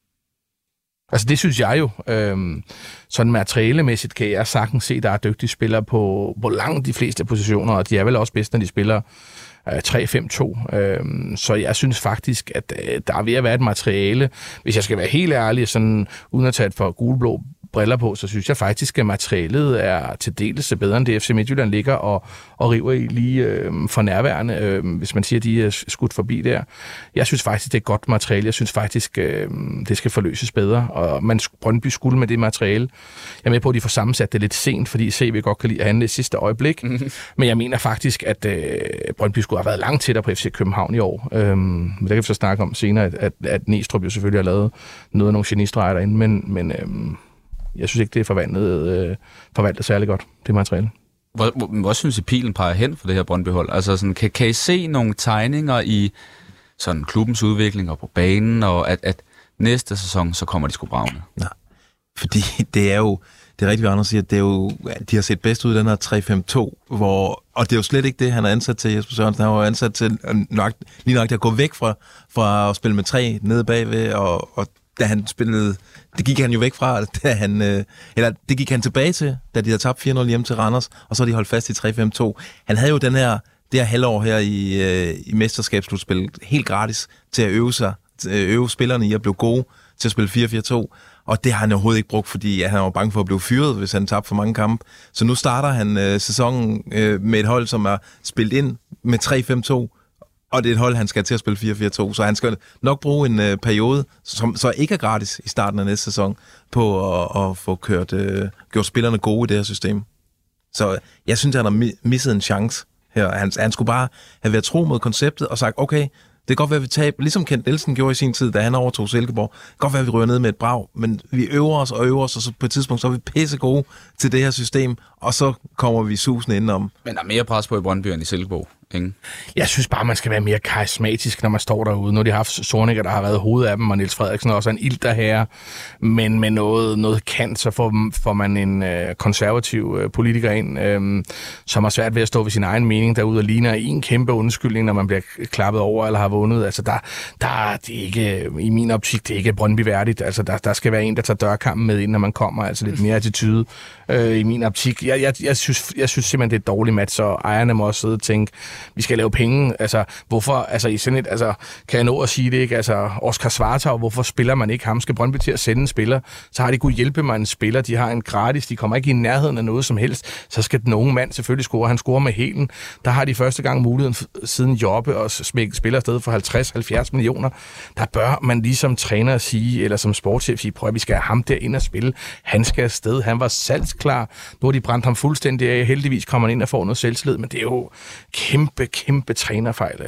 Altså det synes jeg jo. Øhm, sådan materialemæssigt kan jeg sagtens se, at der er dygtige spillere på, på langt de fleste positioner, og de er vel også bedst, når de spiller øh, tre fem to. Øhm, så jeg synes faktisk, at øh, der er ved at være et materiale. Hvis jeg skal være helt ærlig, sådan, uden at tage et for gulblå briller på, så synes jeg faktisk, at materialet er til dels bedre end det F C Midtjylland ligger og, og river i lige øh, for nærværende, øh, hvis man siger, at de er skudt forbi der. Jeg synes faktisk, det er godt materiale. Jeg synes faktisk, øh, det skal forløses bedre, og man Brøndby skulle med det materiale. Jeg er med på, at de får sammensat det lidt sent, fordi C V godt kan lide at handle i sidste øjeblik, mm-hmm. men jeg mener faktisk, at øh, Brøndby skulle have været langt tættere på F C København i år. Øh, men det kan vi så snakke om senere, at, at, at Næstrup jo selvfølgelig har lavet noget af nogle genistreger derinde, men, men øh, jeg synes ikke, det er forvandlet, øh, forvaltet særlig godt, det materiale. Hvor, hvor, hvor synes I, pilen peger hen for det her Brøndby-hold? Altså, sådan, kan, kan I se nogle tegninger i sådan, klubbens udvikling og på banen, og at, at næste sæson, så kommer de sgu bravende? Nej, fordi det er jo, det er rigtigt, hvad Anders siger, det er jo, de har set bedst ud i den her tre fem to, hvor, og det er jo slet ikke det, han er ansat til, Jesper Sørensen. Han var ansat til nok, lige nok at gå væk fra, fra at spille med tre nede bagved, og, og da han spillede, det gik han jo væk fra, da han, øh, eller det gik han tilbage til, da de havde tabt fire nul hjem til Randers, og så har de holdt fast i tre fem to. Han havde jo den her, det her halvår her i, øh, i mesterskabsslutspillet helt gratis til at øve sig, til at øve spillerne i at blive gode til at spille fire fire to, og det har han overhovedet ikke brugt, fordi ja, han var bange for at blive fyret, hvis han tabte for mange kampe. Så nu starter han øh, sæsonen øh, med et hold, som er spillet ind med tre fem to, og det er et hold, han skal til at spille fire fire to, så han skal nok bruge en øh, periode, som så ikke er gratis i starten af næste sæson, på at, at få kørt, øh, gjort spillerne gode i det her system. Så jeg synes, han har misset en chance her. Han, han skulle bare have været tro mod konceptet og sagt, okay, det kan godt være, at vi taber, ligesom Kent Nielsen gjorde i sin tid, da han overtog Silkeborg. Det kan godt være, at vi ryger ned med et brag, men vi øver os og øver os, og så på et tidspunkt så er vi pisse gode til det her system, og så kommer vi susende indenom. Men der er mere pres på i Brøndby end i Silkeborg. Ingen. Jeg synes bare, man skal være mere karismatisk, når man står derude. Nu har de haft Zorniger, der har været hovedet af dem, og Niels Frederiksen også er en ilter herre, men med noget, noget kant, så får, får man en øh, konservativ øh, politiker ind, øh, som har svært ved at stå ved sin egen mening derude og ligner en kæmpe undskyldning, når man bliver klappet over eller har vundet. Altså, der, der det er ikke, i min optik, det er ikke Brøndby-værdigt. Altså, der, der skal være en, der tager dørkampen med ind, når man kommer. Altså lidt mere attitude øh, i min optik. Jeg, jeg, jeg, synes, jeg synes simpelthen, det er et dårligt match, og ejerne må også sidde og tænke, vi skal lave penge. Altså, hvorfor, altså i sådan et, altså, kan jeg nå at sige det, ikke? Altså, Oscar Svartau, hvorfor spiller man ikke ham? Skal Brøndby til at sende en spiller? Så har de kunne hjælpe mig en spiller. De har en gratis, de kommer ikke i nærheden af noget som helst. Så skal den unge mand selvfølgelig score. Han scorer med hælen. Der har de første gang muligheden siden jobbe og smække spiller afsted for halvtreds til halvfjerds millioner. Der bør man ligesom træner at sige, eller som sportschef sige, prøv at vi skal have ham der ind og spille. Han skal afsted. Han var salgsklar. Nu har de brændt ham fuldstændig af. Heldigvis kommer han ind og får noget selvtillid, men det er jo kæmpe, kæmpe trænerfejl.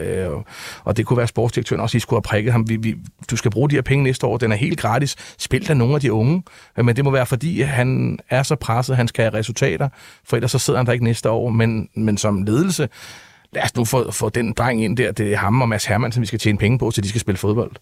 Og det kunne være sportsdirektøren også, I skulle have prikket ham. Vi, vi, du skal bruge de her penge næste år. Den er helt gratis. Spil der nogle af de unge. Men det må være, fordi han er så presset, han skal have resultater. For ellers så sidder han der ikke næste år. Men, men som ledelse, lad os nu få, få den dreng ind der. Det er ham og Mads Hermansen, vi skal tjene penge på, så de skal spille fodbold.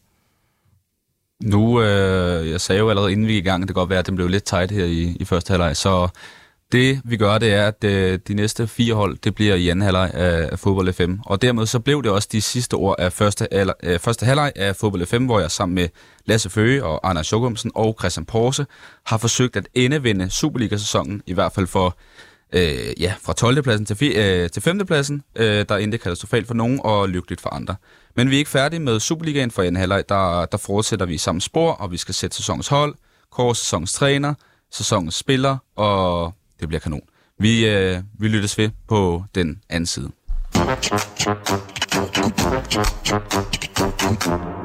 Nu, øh, jeg sagde jo allerede inden vi gik i gang, det kan godt være, at den blev lidt tight her i, i første halvleg, så det vi gør, det er, at øh, de næste fire hold, det bliver i anden halvleg af, af Fodbold F M, og dermed så blev det også de sidste ord af første, eller, øh, første halvleg af Fodbold F M, hvor jeg sammen med Lasse Føge og Anders Jokumsen og Christian Porse har forsøgt at endevende Superliga-sæsonen, i hvert fald for øh, ja, fra tolvte pladsen til, øh, til femte pladsen, øh, der endte katastrofalt for nogen og lykkeligt for andre. Men vi er ikke færdige med Superligaen for anden halvleg, der, der fortsætter vi i samme spor, og vi skal sætte sæsonens hold, kåre sæsonens træner, sæsonens spiller, og det bliver kanon. Vi, øh, vi lyttes ved på den anden side.